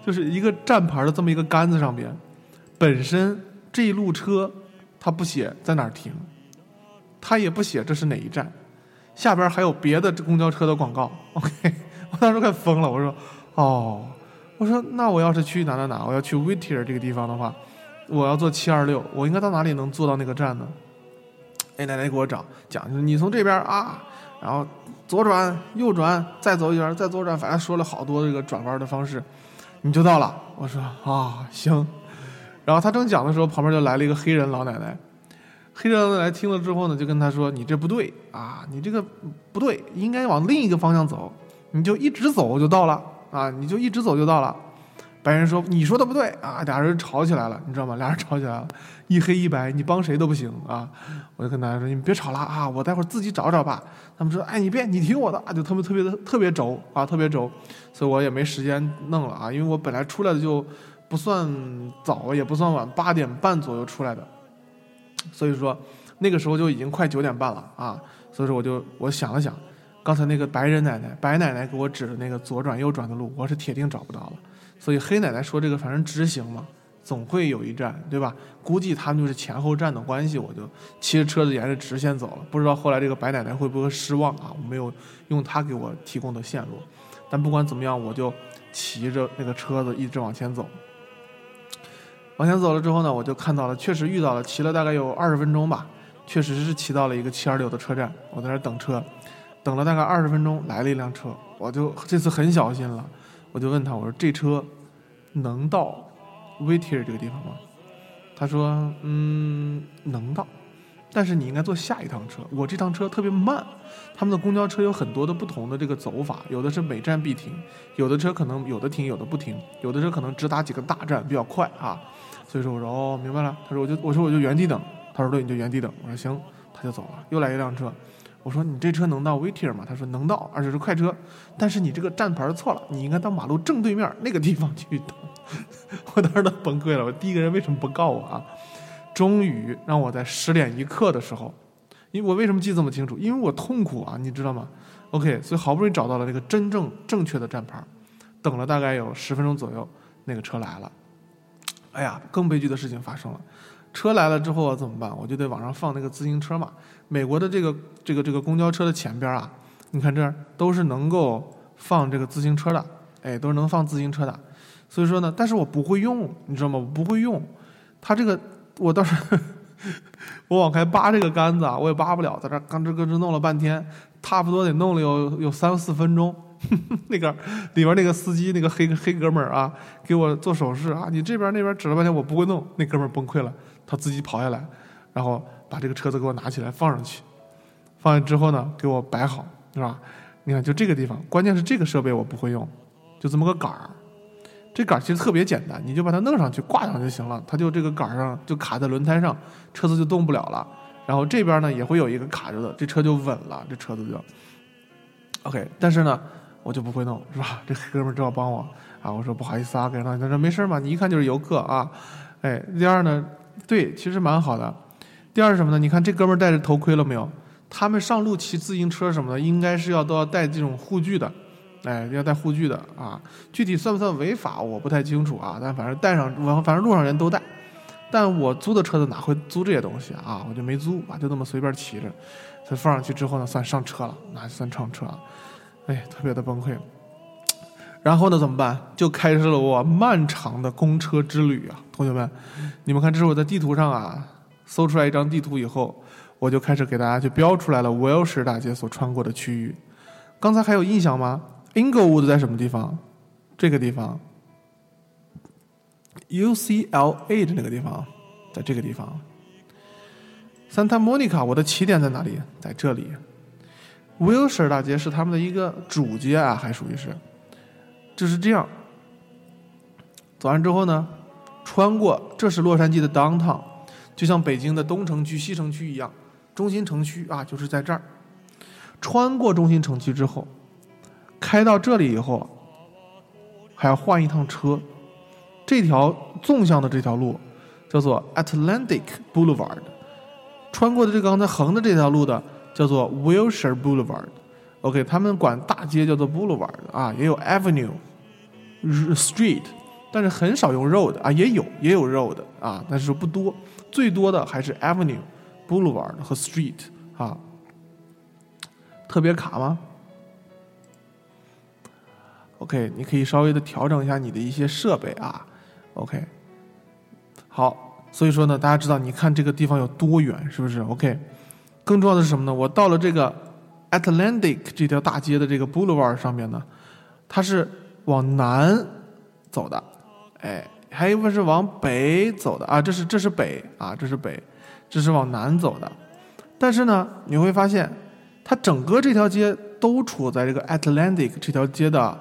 就是一个站牌的这么一个杆子上边，本身这一路车它不写在哪儿停，它也不写这是哪一站，下边还有别的公交车的广告。 OK， 我当时快疯了，我说哦，我说那我要是去哪哪哪，我要去 Whittier 这个地方的话，我要坐七二六，我应该到哪里能坐到那个站呢？哎，奶奶给我找讲，就是你从这边啊，然后左转右转再走一圈再左转，反正说了好多这个转弯的方式，你就到了。我说啊行。然后他正讲的时候，旁边就来了一个黑人老奶奶。黑人老奶奶听了之后呢，就跟他说：“你这不对啊，你这个不对，应该往另一个方向走，你就一直走就到了啊，你就一直走就到了。”白人说：“你说的不对啊！”俩人吵起来了，你知道吗？俩人吵起来了，一黑一白，你帮谁都不行啊！我就跟大家说：“你们别吵了啊，我待会儿自己找找吧。”他们说：“哎，你别，你听我的啊！”就他们特别的特别轴啊，特别轴，所以我也没时间弄了啊，因为我本来出来的就不算早，也不算晚，八点半左右出来的，所以说那个时候就已经快九点半了啊。所以说我就我想了想，刚才那个白人奶奶白奶奶给我指的那个左转右转的路，我是铁定找不到了。所以黑奶奶说这个反正直行嘛，总会有一站，对吧？估计他们就是前后站的关系，我就骑着车子沿着直线走了。不知道后来这个白奶奶会不会失望啊？我没有用她给我提供的线路，但不管怎么样，我就骑着那个车子一直往前走。往前走了之后呢，我就看到了，确实遇到了，骑了大概有二十分钟吧，确实是骑到了一个七二六的车站。我在那等车，等了大概二十分钟，来了一辆车，我就这次很小心了。我就问他，我说这车能到 Whittier 这个地方吗？他说嗯能到，但是你应该坐下一趟车，我这趟车特别慢，他们的公交车有很多的不同的这个走法，有的是每站必停，有的车可能有的停有的不停，有的车可能直达几个大站比较快啊。所以说我说哦明白了，他说我就我说我就原地等，他说对你就原地等，我说行，他就走了。又来一辆车，我说你这车能到 Whittier 吗？他说能到，而且是快车，但是你这个站牌错了，你应该到马路正对面那个地方去等。我当时都崩溃了，我第一个人为什么不告我啊？终于让我在十点一刻的时候，因为我为什么记这么清楚？因为我痛苦啊，你知道吗 ？OK， 所以好不容易找到了那个真正正确的站牌，等了大概有十分钟左右，那个车来了。哎呀，更悲剧的事情发生了。车来了之后怎么办？我就得往上放那个自行车嘛。美国的这个这个这个公交车的前边啊，你看这儿都是能够放这个自行车的，哎，都是能放自行车的。所以说呢，但是我不会用，你知道吗？我不会用。它这个我倒是我往开扒这个杆子啊，我也扒不了，在这咯吱咯吱弄了半天，差不多得弄了有有三四分钟。那个里边那个司机那个黑黑哥们儿啊，给我做手势啊，你这边那边指了半天我不会弄，那哥们儿崩溃了，他自己跑下来，然后把这个车子给我拿起来放上去，放下之后呢给我摆好，是吧？你看就这个地方，关键是这个设备我不会用，就这么个杆儿，这杆儿其实特别简单，你就把它弄上去挂上就行了，它就这个杆儿上就卡在轮胎上，车子就动不了了。然后这边呢也会有一个卡着的，这车就稳了，这车子就 OK。但是呢我就不会弄，是吧？这哥们儿正好帮我啊，我说不好意思啊，给他他说没事嘛，你一看就是游客啊。哎，第二呢，对，其实蛮好的。第二是什么呢？你看这哥们儿戴着头盔了没有？他们上路骑自行车什么的，应该是要都要带这种护具的，哎，要带护具的啊。具体算不算违法，我不太清楚啊。但反正带上，反正路上人都带。但我租的车子哪会租这些东西啊？我就没租啊，就那么随便骑着。所以放上去之后呢，算上车了，那算上车了。哎，特别的崩溃。然后呢怎么办？就开始了我漫长的公车之旅啊，同学们，你们看，这是我在地图上啊搜出来一张地图以后，我就开始给大家去标出来了威尔士大街所穿过的区域。刚才还有印象吗？ Inglewood 在什么地方？这个地方。 U C L A 的那个地方，在这个地方。 Santa Monica 我的起点在哪里？在这里。威尔士大街是他们的一个主街啊，还属于是，就是这样。走完之后呢，穿过，这是洛杉矶的 downtown， 就像北京的东城区、西城区一样，中心城区啊，就是在这儿。穿过中心城区之后，开到这里以后，还要换一趟车。这条纵向的这条路叫做 Atlantic Boulevard， 穿过的这个刚才横的这条路的叫做 Wilshire Boulevard。OK， 他们管大街叫做 Boulevard 啊，也有 Avenue、Street， 但是很少用 road 啊，也有也有 road 啊，但是不多，最多的还是 avenue、boulevard 和 street 啊。特别卡吗 ？OK， 你可以稍微的调整一下你的一些设备啊。OK， 好，所以说呢，大家知道，你看这个地方有多远，是不是 ？OK， 更重要的是什么呢？我到了这个 Atlantic 这条大街的这个 boulevard 上面呢，它是往南走的，哎，还有一部分是往北走的啊，这是这是北啊，这是北，这是往南走的。但是呢，你会发现，它整个这条街都处在这个 Atlantic 这条街的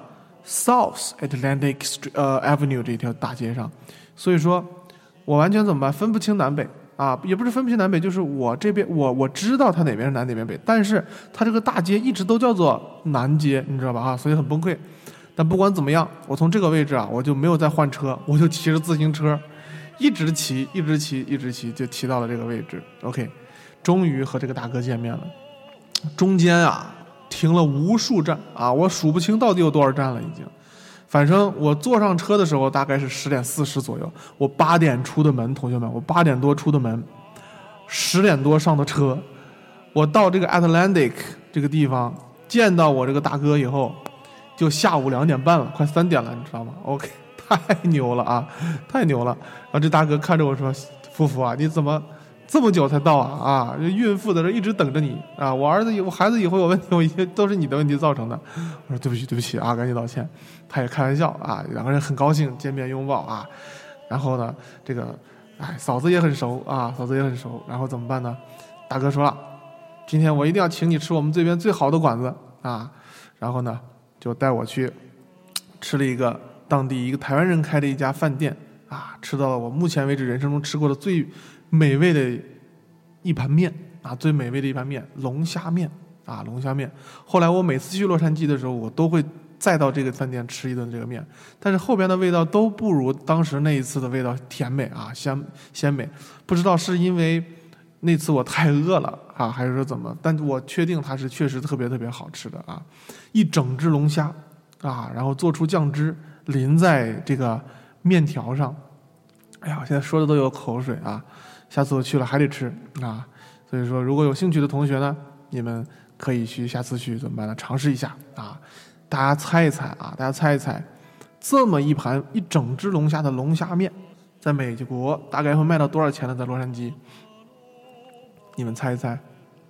South Atlantic Street, 呃 Avenue 这条大街上，所以说我完全怎么办？分不清南北啊，也不是分不清南北，就是我这边我我知道它哪边是南哪边北，但是它这个大街一直都叫做南街，你知道吧？啊，所以很崩溃。但不管怎么样，我从这个位置啊，我就没有再换车，我就骑着自行车，一直骑，一直骑，一直骑，就骑到了这个位置。OK， 终于和这个大哥见面了。中间啊停了无数站啊，我数不清到底有多少站了已经。反正我坐上车的时候大概是十点四十左右，我八点出的门，同学们，我八点多出的门，十点多上的车。我到这个 Atlantic 这个地方见到我这个大哥以后，就下午两点半了，快三点了，你知道吗 ？OK， 太牛了啊，太牛了！然后这大哥看着我说：“夫妇啊，你怎么这么久才到啊？啊，孕妇在这一直等着你啊！我儿子、我孩子以后有问题，我一些都是你的问题造成的。”我说：“对不起，对不起啊，赶紧道歉。”他也开玩笑啊，两个人很高兴见面拥抱啊。然后呢，这个哎，嫂子也很熟啊，嫂子也很熟。然后怎么办呢？大哥说了，今天我一定要请你吃我们这边最好的馆子啊。然后呢，就带我去吃了一个当地一个台湾人开的一家饭店啊，吃到了我目前为止人生中吃过的最美味的一盘面啊，最美味的一盘面，龙虾面啊，龙虾面。后来我每次去洛杉矶的时候，我都会再到这个饭店吃一顿这个面，但是后边的味道都不如当时那一次的味道甜美啊，鲜鲜美。不知道是因为那次我太饿了啊，还是说怎么？但我确定它是确实特别特别好吃的啊！一整只龙虾啊，然后做出酱汁淋在这个面条上，哎呀，现在说的都有口水啊！下次我去了还得吃啊！所以说，如果有兴趣的同学呢，你们可以去下次去怎么办呢？尝试一下啊！大家猜一猜啊！大家猜一猜，这么一盘一整只龙虾的龙虾面，在美国大概会卖到多少钱呢？在洛杉矶？你们猜一猜。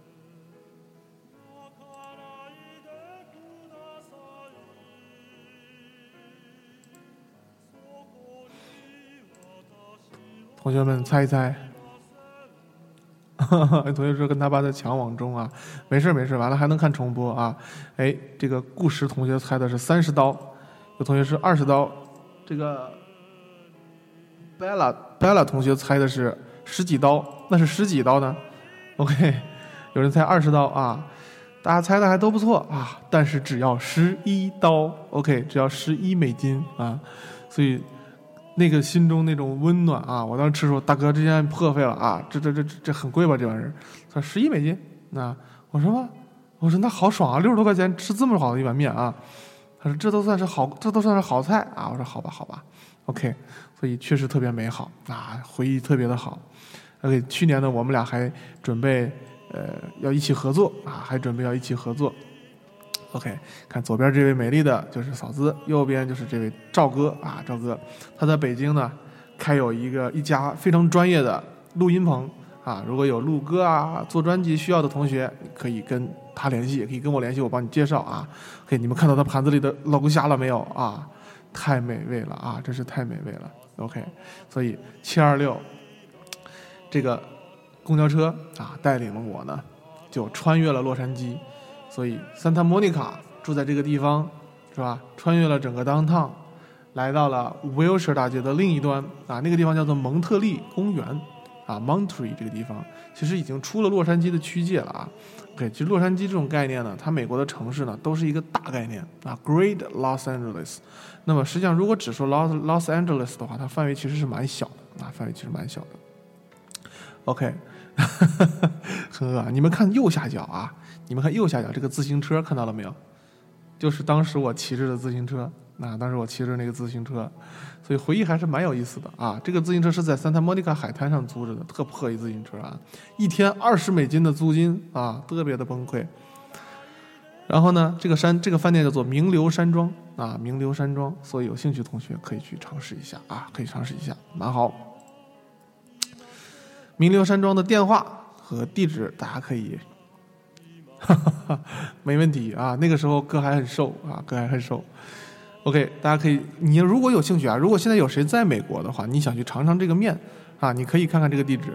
同学们猜一猜。同学说跟他爸在抢网中啊，没事没事，完了还能看重播啊。哎，这个顾时同学猜的是三十刀，有同学是二十刀，这个 Bella Bella 同学猜的是十几刀，那是十几刀呢？ OK， 有人猜二十刀啊，大家猜的还都不错啊，但是只要十一刀 ，OK， 只要十一美金啊，所以那个心中那种温暖啊，我当时吃说大哥这件破费了啊，这这这这这很贵吧这玩意儿，说十一美金，那我说吗？我说那好爽啊，六十多块钱吃这么好的一碗面啊，他说这都算是好，这都算是好菜啊，我说好吧好吧 ，OK， 所以确实特别美好啊，回忆特别的好。OK， 去年呢，我们俩还准备呃要一起合作啊，还准备要一起合作。OK， 看左边这位美丽的就是嫂子，右边就是这位赵哥啊，赵哥，他在北京呢开有一个一家非常专业的录音棚啊，如果有录歌啊、做专辑需要的同学，可以跟他联系，也可以跟我联系，我帮你介绍啊。OK， 你们看到他盘子里的龙虾了没有啊？太美味了啊，真是太美味了。OK， 所以七二六。这个公交车啊，带领了我呢，就穿越了洛杉矶，所以Santa Monica住在这个地方，是吧？穿越了整个 downtown， 来到了 Wilshire 大街的另一端啊，那个地方叫做蒙特利公园啊 ，Monterey 这个地方其实已经出了洛杉矶的区界了啊。OK， 其实洛杉矶这种概念呢，它美国的城市呢都是一个大概念啊 ，Great Los Angeles。那么实际上，如果只说 Los Los Angeles 的话，它范围其实是蛮小的啊，范围其实蛮小的。OK， 很饿。你们看右下角啊，你们看右下角这个自行车看到了没有？就是当时我骑着的自行车啊，当时我骑着那个自行车，所以回忆还是蛮有意思的啊。这个自行车是在Santa Monica海滩上租着的，特破一自行车啊，一天二十美金的租金啊，特别的崩溃。然后呢，这个山这个饭店叫做名流山庄啊，名流山庄，所以有兴趣的同学可以去尝试一下啊，可以尝试一下，蛮好。名流山庄的电话和地址大家可以哈哈，没问题啊，那个时候哥还很瘦啊，哥还很瘦。OK， 大家可以，你如果有兴趣啊，如果现在有谁在美国的话，你想去尝尝这个面啊，你可以看看这个地址。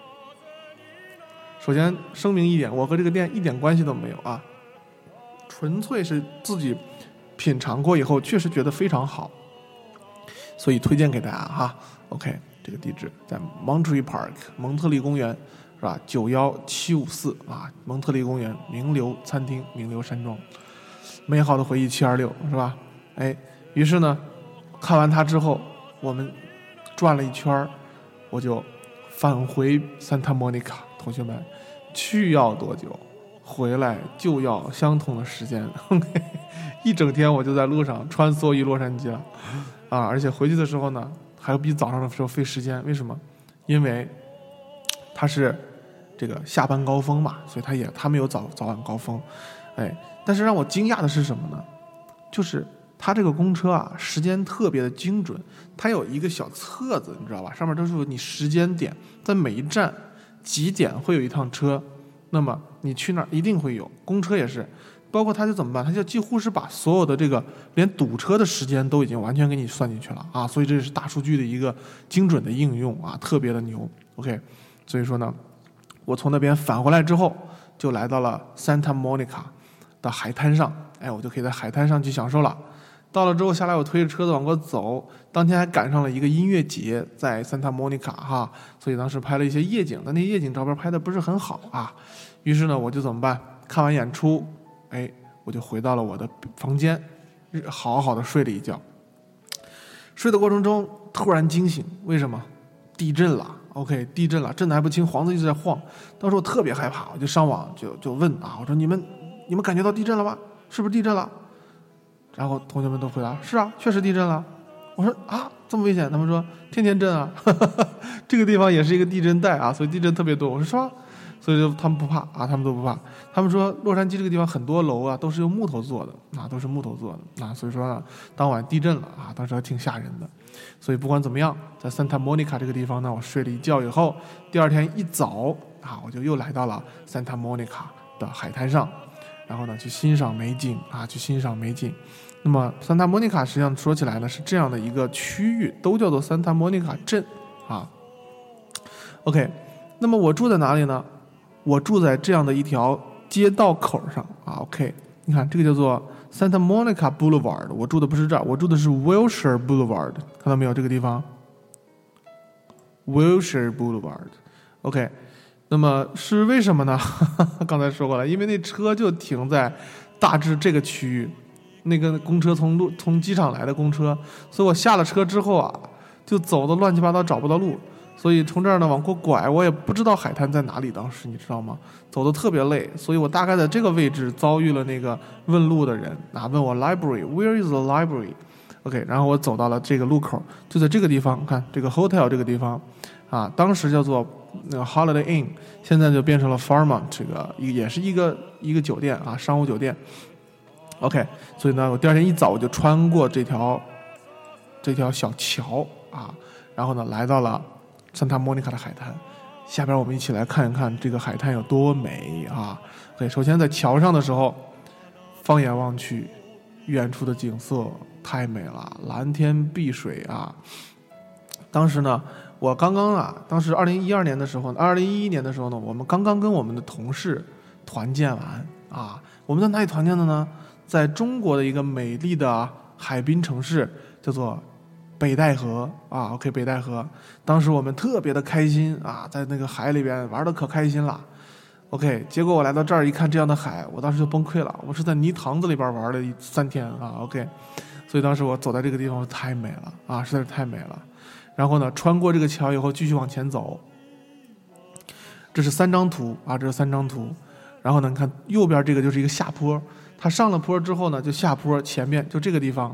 首先声明一点，我和这个店一点关系都没有啊，纯粹是自己品尝过以后确实觉得非常好，所以推荐给大家哈。OK， 这个地址在 Monterey Park 蒙特利公园是吧？九一七五四啊，蒙特利公园名流餐厅名流山庄，美好的回忆七二六是吧？哎，于是呢，看完它之后，我们转了一圈，我就返回 Santa Monica。同学们，去要多久，回来就要相同的时间。一整天我就在路上穿梭于洛杉矶了啊！而且回去的时候呢，还要比早上的时候费时间。为什么？因为它是这个下班高峰嘛，所以它也它没有早早晚高峰。哎，但是让我惊讶的是什么呢？就是它这个公车啊，时间特别的精准，它有一个小册子，你知道吧？上面都是你时间点，在每一站几点会有一趟车，那么你去那儿一定会有。公车也是，包括它就怎么办？它就几乎是把所有的这个连堵车的时间都已经完全给你算进去了啊！所以这是大数据的一个精准的应用啊，特别的牛。OK， 所以说呢，我从那边返回来之后，就来到了 Santa Monica 的海滩上，哎，我就可以在海滩上去享受了。到了之后下来，我推着车子往过走，当天还赶上了一个音乐节，在 Santa Monica 哈，所以当时拍了一些夜景，但那夜景照片拍的不是很好啊。于是呢，我就怎么办？看完演出，哎，我就回到了我的房间，好好的睡了一觉。睡的过程中突然惊醒，为什么？地震了。OK， 地震了，震得还不轻，房子一直在晃。当时我特别害怕，我就上网就就问啊，我说你们你们感觉到地震了吗？是不是地震了？然后同学们都回答是啊，确实地震了。我说啊，这么危险？他们说天天震啊，这个地方也是一个地震带啊，所以地震特别多。我说是吧？所以就他们不怕啊，他们都不怕。他们说洛杉矶这个地方很多楼啊都是用木头做的啊，都是木头做的啊，所以说呢，当晚地震了啊，当时还挺吓人的。所以不管怎么样，在 Santa Monica 这个地方呢，我睡了一觉以后，第二天一早啊，我就又来到了 Santa Monica 的海滩上。然后呢，去欣赏美景啊，去欣赏美景。那么 Santa Monica 实际上说起来呢，是这样的一个区域，都叫做 Santa Monica 镇啊。OK， 那么我住在哪里呢？我住在这样的一条街道口上啊。OK， 你看这个叫做 Santa Monica Boulevard， 我住的不是这儿，我住的是 Wilshire Boulevard， 看到没有？这个地方 Wilshire Boulevard。OK。那么是为什么呢？刚才说过了，因为那车就停在大致这个区域，那个公车从路从机场来的公车，所以我下了车之后啊，就走的乱七八糟，找不到路，所以从这儿呢往过拐，我也不知道海滩在哪里，当时你知道吗？走的特别累，所以我大概在这个位置遭遇了那个问路的人啊，问我 library where is the library？OK， 然后我走到了这个路口，就在这个地方，看这个 hotel 这个地方啊，当时叫做那个 Holiday Inn， 现在就变成了 Fairmont， 这个也是一个一个酒店啊，商务酒店。OK， 所以呢，我第二天一早我就穿过这条这条小桥啊，然后呢来到了 Santa Monica 的海滩。下边我们一起来看一看这个海滩有多美啊！对，首先在桥上的时候，放眼望去，远处的景色太美了，蓝天碧水啊！当时呢。我刚刚啊，当时二零一二年的时候，二零一一年的时候呢，我们刚刚跟我们的同事团建完啊。我们在哪里团建的呢？在中国的一个美丽的海滨城市，叫做北戴河啊。OK， 北戴河。当时我们特别的开心啊，在那个海里边玩的可开心了。OK， 结果我来到这儿一看这样的海，我当时就崩溃了。我是在泥塘子里边玩了三天啊。OK， 所以当时我走在这个地方太美了啊，实在是太美了。然后呢，穿过这个桥以后，继续往前走。这是三张图啊，这是三张图。然后呢，你看右边这个就是一个下坡，它上了坡之后呢，就下坡，前面就这个地方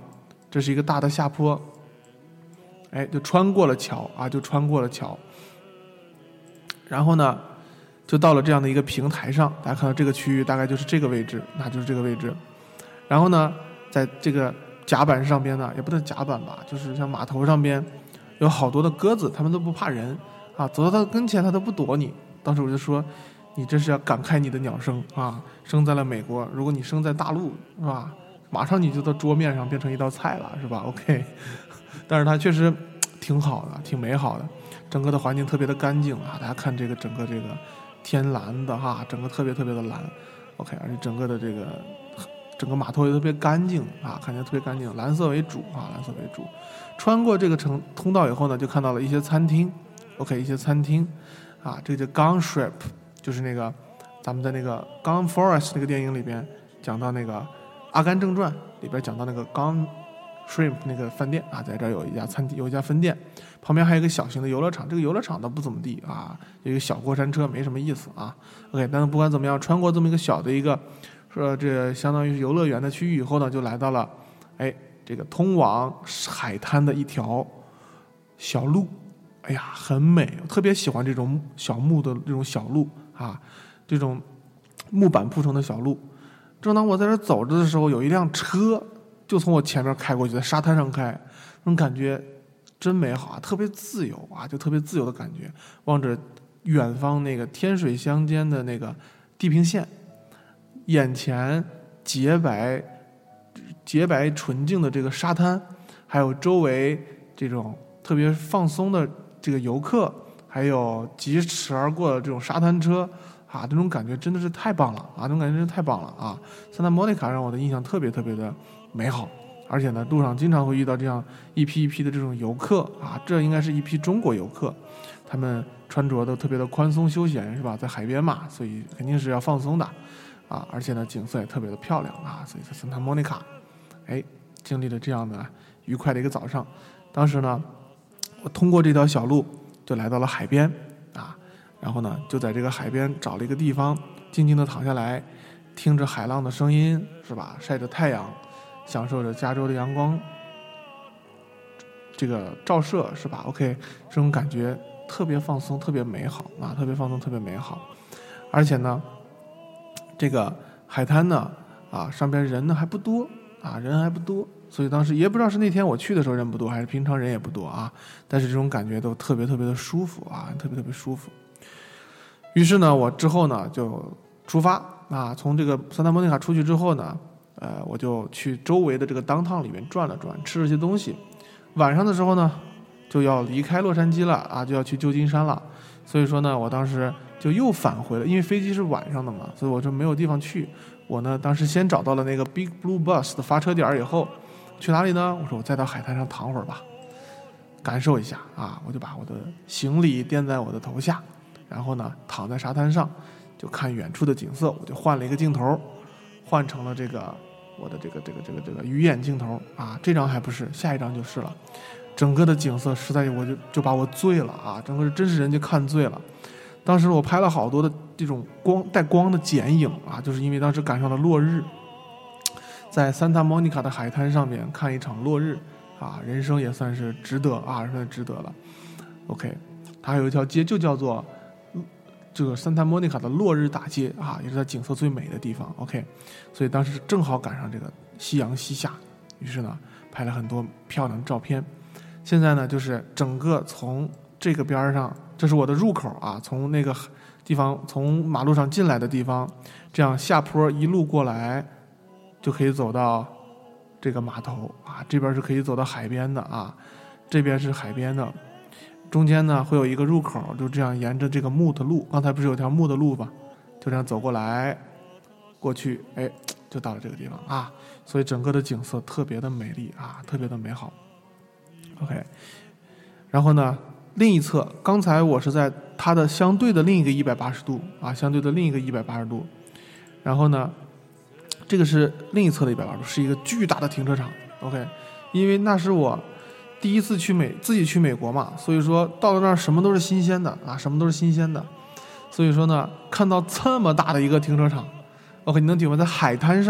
这是一个大的下坡，哎，就穿过了桥啊，就穿过了桥，然后呢，就到了这样的一个平台上，大家看到这个区域大概就是这个位置，那就是这个位置。然后呢，在这个甲板上边呢，也不能甲板吧，就是像码头上边有好多的鸽子，它们都不怕人啊，走到它跟前它都不躲你。当时我就说，你这是要感慨你的鸟生啊，生在了美国，如果你生在大陆是吧，马上你就到桌面上变成一道菜了是吧 OK， 但是它确实挺好的，挺美好的，整个的环境特别的干净啊，大家看这个整个这个天蓝的哈，整个特别特别的蓝 OK， 而且整个的这个整个码头也特别干净啊，看起来特别干净，蓝色为主啊，蓝色为主。穿过这个城通道以后呢，就看到了一些餐厅 OK， 一些餐厅啊，这个叫 Gun Ship， 就是那个咱们在那个 Gun Forest 那个电影里边讲到那个《阿甘正传》里边讲到那个 Gun Shrimp 那个饭店啊，在这儿有一家餐厅，有一家分店，旁边还有一个小型的游乐场，这个游乐场倒不怎么地啊，有一个小过山车没什么意思啊 OK， 但是不管怎么样，穿过这么一个小的一个说这相当于是游乐园的区域以后呢，就来到了哎这个通往海滩的一条小路，哎呀很美，我特别喜欢这种小木的这种小路啊，这种木板铺成的小路。正当我在这走着的时候，有一辆车就从我前面开过去，在沙滩上开，那种感觉真美好啊，特别自由啊，就特别自由的感觉，望着远方那个天水相间的那个地平线，眼前洁白洁白纯净的这个沙滩，还有周围这种特别放松的这个游客，还有疾驰而过的这种沙滩车啊，这种感觉真的是太棒了啊！这种感觉真是太棒了啊！桑塔莫妮卡让我的印象特别特别的美好，而且呢，路上经常会遇到这样一批一批的这种游客啊，这应该是一批中国游客，他们穿着都特别的宽松休闲，是吧？在海边嘛，所以肯定是要放松的啊！而且呢，景色也特别的漂亮啊，所以在桑塔莫妮卡，哎，经历了这样的愉快的一个早上。当时呢，我通过这条小路就来到了海边啊。然后呢，就在这个海边找了一个地方，静静地躺下来，听着海浪的声音，是吧？晒着太阳，享受着加州的阳光，这个照射，是吧 ？OK， 这种感觉特别放松，特别美好啊，特别放松，特别美好。而且呢，这个海滩呢，啊，上边人呢还不多啊，人还不多，所以当时也不知道是那天我去的时候人不多，还是平常人也不多啊。但是这种感觉都特别特别的舒服啊，特别特别舒服。于是呢，我之后呢就出发啊，从这个桑塔莫妮卡出去之后呢，呃，我就去周围的这个downtown里面转了转，吃了些东西。晚上的时候呢，就要离开洛杉矶了啊，就要去旧金山了。所以说呢，我当时就又返回了，因为飞机是晚上的嘛，所以我就没有地方去。我呢，当时先找到了那个 Big Blue Bus 的发车点以后，去哪里呢？我说我再到海滩上躺会儿吧，感受一下啊，我就把我的行李垫在我的头下。然后呢，躺在沙滩上，就看远处的景色。我就换了一个镜头，换成了这个我的这个这个这个这个鱼眼镜头啊。这张还不是，下一张就是了。整个的景色实在我就就把我醉了啊！整个真是人就看醉了。当时我拍了好多的这种光带光的剪影啊，就是因为当时赶上了落日，在桑塔莫妮卡的海滩上面看一场落日啊，人生也算是值得啊，算是值得了。OK， 它还有一条街就叫做。这个桑塔莫妮卡的落日大街啊，也是它景色最美的地方。OK， 所以当时正好赶上这个夕阳西下，于是呢拍了很多漂亮的照片。现在呢就是整个从这个边上，这是我的入口啊，从那个地方从马路上进来的地方，这样下坡一路过来，就可以走到这个码头啊，这边是可以走到海边的啊，这边是海边的。中间呢会有一个入口，就这样沿着这个木的路，刚才不是有条木的路吗？就这样走过来，过去，哎，就到了这个地方啊。所以整个的景色特别的美丽啊，特别的美好。OK， 然后呢，另一侧，刚才我是在它的相对的另一个一百八十度啊，相对的另一个一百八十度。然后呢，这个是另一侧的一百八十度，是一个巨大的停车场。OK， 因为那是我。第一次去美自己去美国嘛，所以说到了那儿什么都是新鲜的啊，什么都是新鲜的，所以说呢，看到这么大的一个停车场 ，OK， 你能体会在海滩上，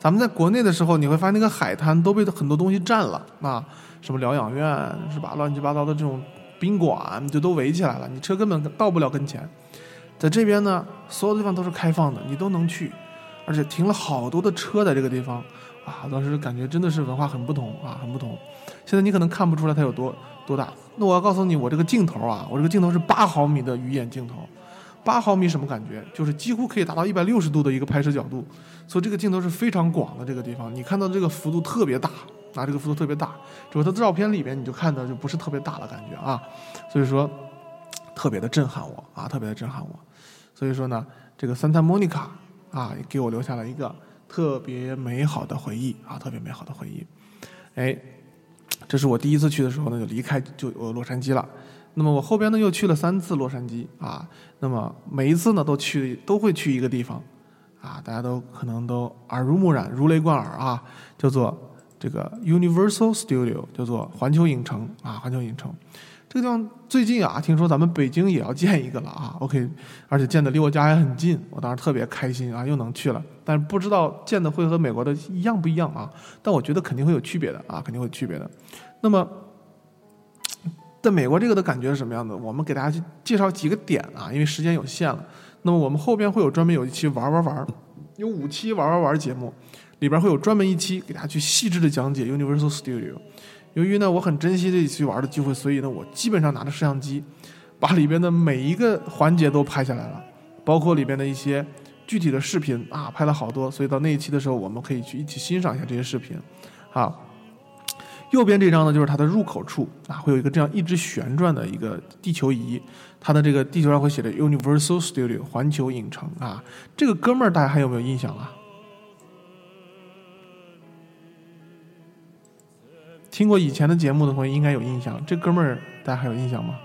咱们在国内的时候，你会发现那个海滩都被很多东西占了啊，什么疗养院是吧，乱七八糟的这种宾馆就都围起来了，你车根本到不了跟前。在这边呢，所有的地方都是开放的，你都能去，而且停了好多的车在这个地方啊，当时感觉真的是文化很不同啊，很不同。现在你可能看不出来它有多多大。那我要告诉你，我这个镜头啊，我这个镜头是八毫米的鱼眼镜头。八毫米什么感觉？就是几乎可以达到一百六十度的一个拍摄角度，所以这个镜头是非常广的。这个地方你看到这个幅度特别大啊，这个幅度特别大，只不过它照片里边你就看到就不是特别大的感觉啊，所以说特别的震撼我啊，特别的震撼我。所以说呢，这个 Santa Monica 啊，也给我留下了一个特别美好的回忆啊，特别美好的回忆。哎，这是我第一次去的时候呢，就离开就洛杉矶了。那么我后边呢又去了三次洛杉矶啊，那么每一次呢都去都会去一个地方啊，大家都可能都耳濡目染、如雷贯耳啊，叫做这个 Universal Studio， 叫做环球影城啊，环球影城。这个地方最近啊，听说咱们北京也要建一个了啊 ，OK， 而且建的离我家还很近，我当时特别开心啊，又能去了。但是不知道建的会和美国的一样不一样啊？但我觉得肯定会有区别的啊，肯定会有区别的。那么在美国这个的感觉是什么样的？我们给大家去介绍几个点啊，因为时间有限了。那么我们后边会有专门有一期玩玩玩，有五期玩玩玩节目，里边会有专门一期给大家去细致的讲解 Universal Studio。由于呢我很珍惜这一期玩的机会，所以呢我基本上拿着摄像机，把里边的每一个环节都拍下来了，包括里边的一些具体的视频啊，拍了好多。所以到那一期的时候，我们可以去一起欣赏一下这些视频啊。右边这张呢，就是它的入口处啊，会有一个这样一直旋转的一个地球仪，它的这个地球上会写着 Universal Studio 环球影城啊。这个哥们儿大家还有没有印象啊？听过以前的节目的朋友应该有印象，这哥们儿大家还有印象吗？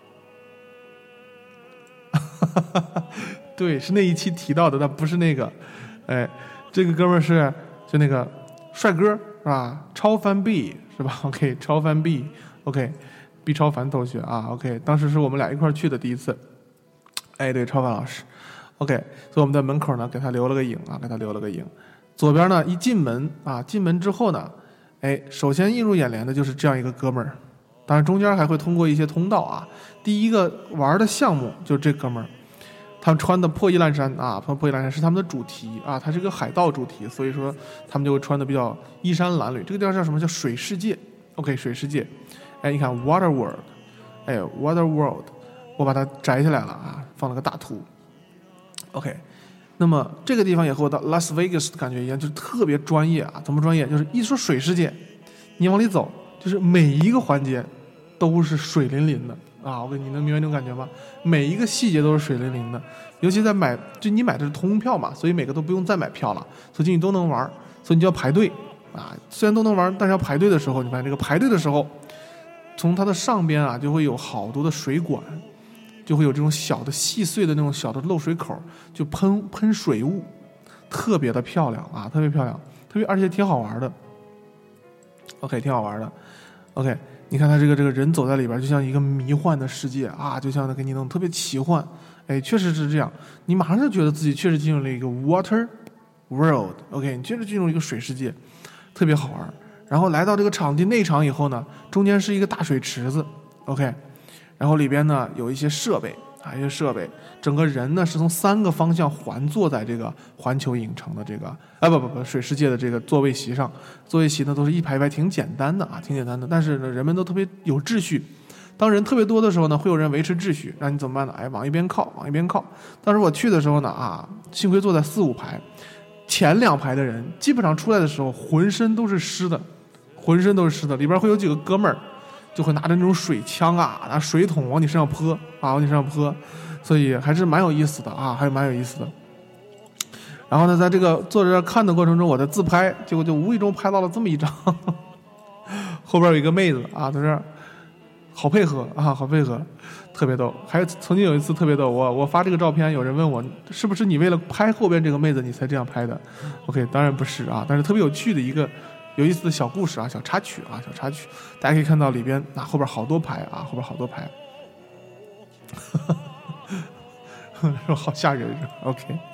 对，是那一期提到的，但不是那个，哎，这个哥们儿是就那个帅哥是吧？超凡 B。是吧 ？OK， 超凡 B，OK，B、OK, 超凡同学啊 ，OK， 当时是我们俩一块去的第一次。哎，对，超凡老师 ，OK， 所以我们在门口呢给他留了个影啊，给他留了个影。左边呢一进门啊，进门之后呢，哎，首先映入眼帘的就是这样一个哥们儿，当然中间还会通过一些通道啊。第一个玩的项目就是这哥们儿，他们穿的破衣烂衫啊，穿破衣烂衫是他们的主题啊，它是个海盗主题，所以说他们就会穿的比较衣衫褴褛。这个地方叫什么？叫水世界 ，OK， 水世界。哎，你看 Water World， 哎 ，Water World， 我把它摘下来了啊，放了个大图。OK， 那么这个地方也和我到拉斯维加斯的感觉一样，就是特别专业啊。怎么专业？就是一说水世界，你往里走，就是每一个环节都是水淋淋的。啊，我跟你能明白那种感觉吗？每一个细节都是水灵灵的，尤其在买，就你买的是通票嘛，所以每个都不用再买票了，所以进去都能玩，所以你就要排队啊。虽然都能玩，但是要排队的时候，你发现这个排队的时候，从它的上边啊就会有好多的水管，就会有这种小的细碎的那种小的漏水口，就喷喷水雾，特别的漂亮啊，特别漂亮，特别而且挺好玩的。OK， 挺好玩的。OK。你看他这个这个人走在里边，就像一个迷幻的世界啊，就像给你弄特别奇幻，哎，确实是这样，你马上就觉得自己确实进入了一个 water world，OK， 你确实进入一个水世界，特别好玩。然后来到这个场地内场以后呢，中间是一个大水池子 ，OK， 然后里边呢有一些设备啊，一些设备，整个人呢是从三个方向环坐在这个环球影城的这个啊不不不水世界的这个座位席上，座位席呢都是一排一排，挺简单的啊，挺简单的，但是呢人们都特别有秩序。当人特别多的时候呢，会有人维持秩序，让你怎么办呢？哎，往一边靠，往一边靠。当时我去的时候呢，啊，幸亏坐在四五排，前两排的人基本上出来的时候浑身都是湿的，浑身都是湿的，里边会有几个哥们儿。就会拿着那种水枪啊，拿水桶往你身上泼啊，往你身上泼，所以还是蛮有意思的啊，还是蛮有意思的。然后呢，在这个坐着看的过程中，我在自拍，结果就无意中拍到了这么一张，后边有一个妹子啊，在这儿好配合啊，好配合，特别逗。还有曾经有一次特别逗，我我发这个照片，有人问我是不是你为了拍后边这个妹子你才这样拍的 ？OK， 当然不是啊，但是特别有趣的一个。有意思的小故事啊，小插曲啊，小插曲，大家可以看到里边啊，后边好多排啊，后边好多排，好吓人 ，OK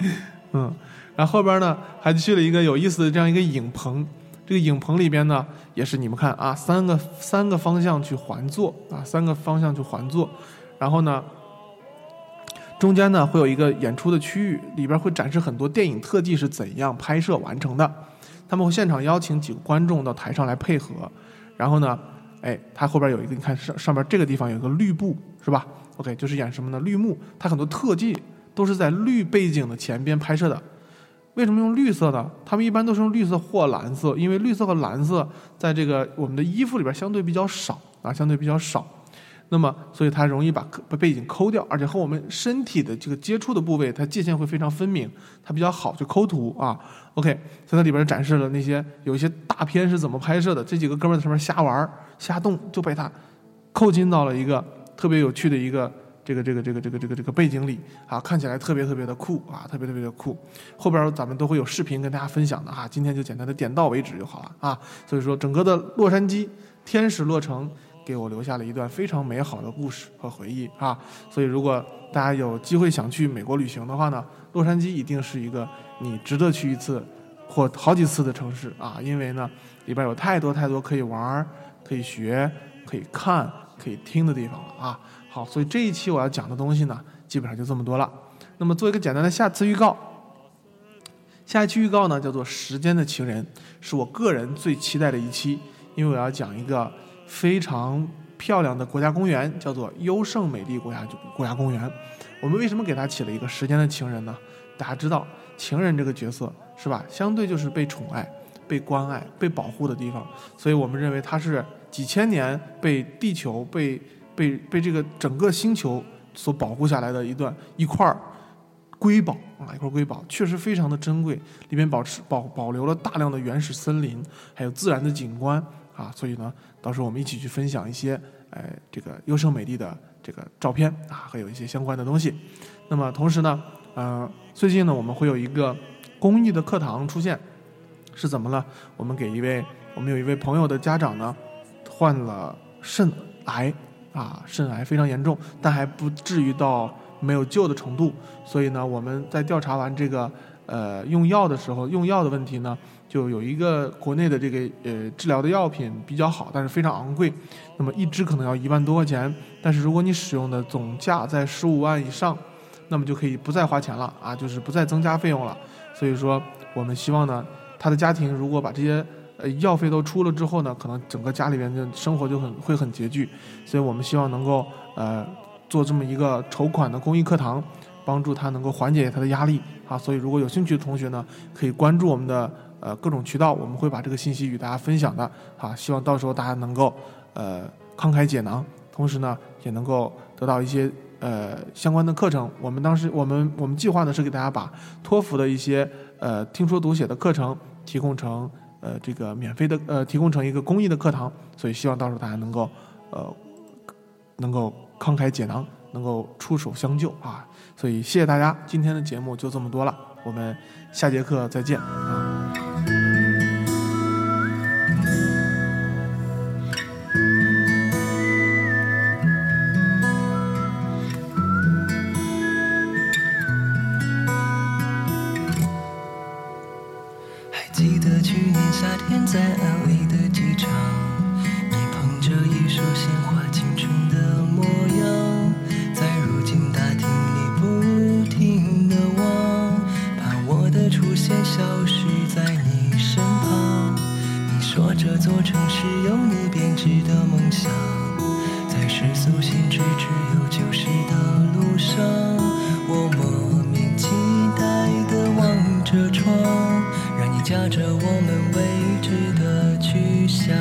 嗯，然后后边呢还去了一个有意思的这样一个影棚，这个影棚里边呢也是你们看啊，三个三个方向去环坐啊，三个方向去环坐，然后呢中间呢会有一个演出的区域，里边会展示很多电影特技是怎样拍摄完成的，他们会现场邀请几个观众到台上来配合，然后呢哎，它后边有一个，你看上上边这个地方有一个绿布是吧 OK 就是演什么呢，绿幕，它很多特技都是在绿背景的前边拍摄的。为什么用绿色呢？他们一般都是用绿色或蓝色，因为绿色和蓝色在这个我们的衣服里边相对比较少啊，相对比较少。那么，所以它容易把把背景抠掉，而且和我们身体的这个接触的部位，它界限会非常分明，它比较好去抠图啊。OK， 在它里边展示了那些有一些大片是怎么拍摄的，这几个哥们儿在上面瞎玩瞎动，就被它扣进到了一个特别有趣的一个这个这个这个这个这个这个背景里啊，看起来特别特别的酷啊，特别特别的酷。后边咱们都会有视频跟大家分享的啊，今天就简单的点到为止就好了啊。所以说，整个的洛杉矶天使落成给我留下了一段非常美好的故事和回忆啊。所以如果大家有机会想去美国旅行的话呢，洛杉矶一定是一个你值得去一次或好几次的城市啊，因为呢里边有太多太多可以玩、可以学、可以看、可以听的地方了啊。好，所以这一期我要讲的东西呢，基本上就这么多了。那么做一个简单的下次预告，下一期预告呢叫做《时间的情人》，是我个人最期待的一期，因为我要讲一个非常漂亮的国家公园，叫做优胜美地国家国家公园。我们为什么给它起了一个时间的情人呢？大家知道，情人这个角色是吧，相对就是被宠爱、被关爱、被保护的地方，所以我们认为它是几千年被地球、被被被这个整个星球所保护下来的一段一块瑰宝啊，一块瑰宝，确实非常的珍贵，里面保持保保留了大量的原始森林，还有自然的景观啊，所以呢，到时候我们一起去分享一些，呃，这个优胜美地的这个照片啊，还有一些相关的东西。那么同时呢，呃，最近呢，我们会有一个公益的课堂出现，是怎么了？我们给一位我们有一位朋友的家长呢，患了肾癌。啊，肾癌非常严重，但还不至于到没有救的程度。所以呢，我们在调查完这个呃用药的时候，用药的问题呢，就有一个国内的这个呃治疗的药品比较好，但是非常昂贵，那么一支可能要一万多块钱。但是如果你使用的总价在十五万以上，那么就可以不再花钱了啊，就是不再增加费用了。所以说，我们希望呢，他的家庭如果把这些呃，药费都出了之后呢，可能整个家里面的生活就很会很拮据，所以我们希望能够呃做这么一个筹款的公益课堂，帮助他能够缓解他的压力啊。所以如果有兴趣的同学呢，可以关注我们的呃各种渠道，我们会把这个信息与大家分享的啊。希望到时候大家能够呃慷慨解囊，同时呢也能够得到一些呃相关的课程。我们当时我们我们计划呢是给大家把托福的一些呃听说读写的课程提供成。呃，这个免费的呃，提供成一个公益的课堂，所以希望到时候大家能够呃，能够慷慨解囊，能够出手相救啊！所以谢谢大家，今天的节目就这么多了，我们下节课再见啊！ 记得去年夏天在 L A 的机场，你捧着一束鲜花，青春的模样，在入境大厅里不停地望，怕我的出现消失在你身旁。你说这座城市有你编织的梦想，在世俗限制只有旧时的路上，我莫名期待地望着窗，让你驾着我们未知的去向。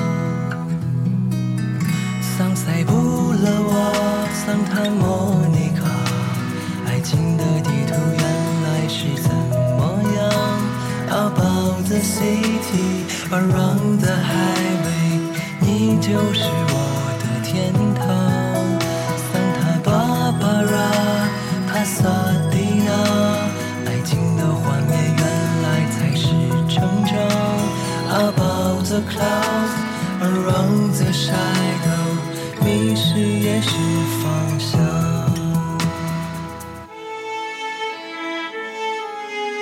桑塞布勒瓦，桑塔莫尼卡，爱情的地图原来是怎么样 About the city, around the highway， 你就是我的天堂。桑塔巴巴拉，帕萨迪纳，爱情的幻灭原来才是成长。About the clouds, around the shadow， 迷失也是方向。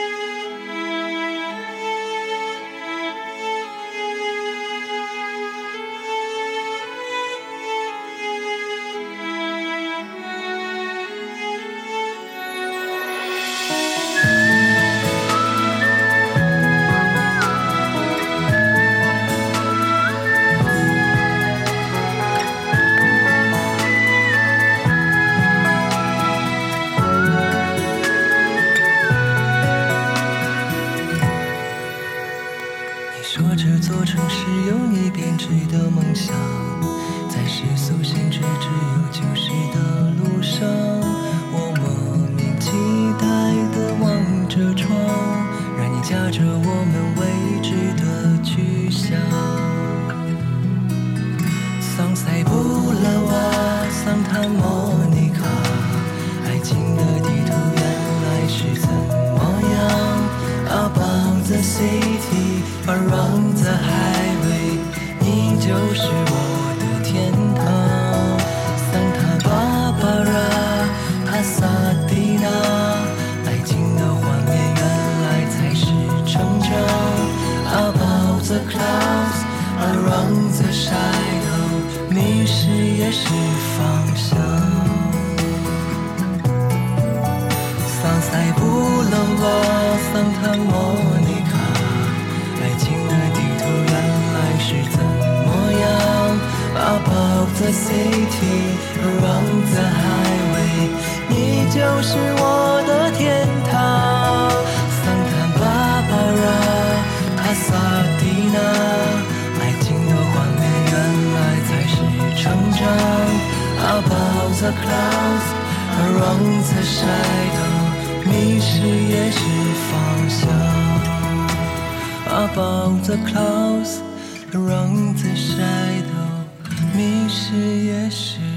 Around the highway， 你就是我的天堂。Santa Barbara， 帕萨迪纳，爱情的画面原来才是成长。Above the clouds， around the shadow， 迷失也是方向。桑塞布隆瓦，桑塔莫尼卡，爱情的地图原来是怎么样 ？Above the city, around the highway， 你就是我的天堂。Santa Barbara， 帕萨迪纳，爱情的画面原来才是成长。Above the clouds, around the shadow， 迷失也是方向。Above the clouds, around the shadow， 迷失也是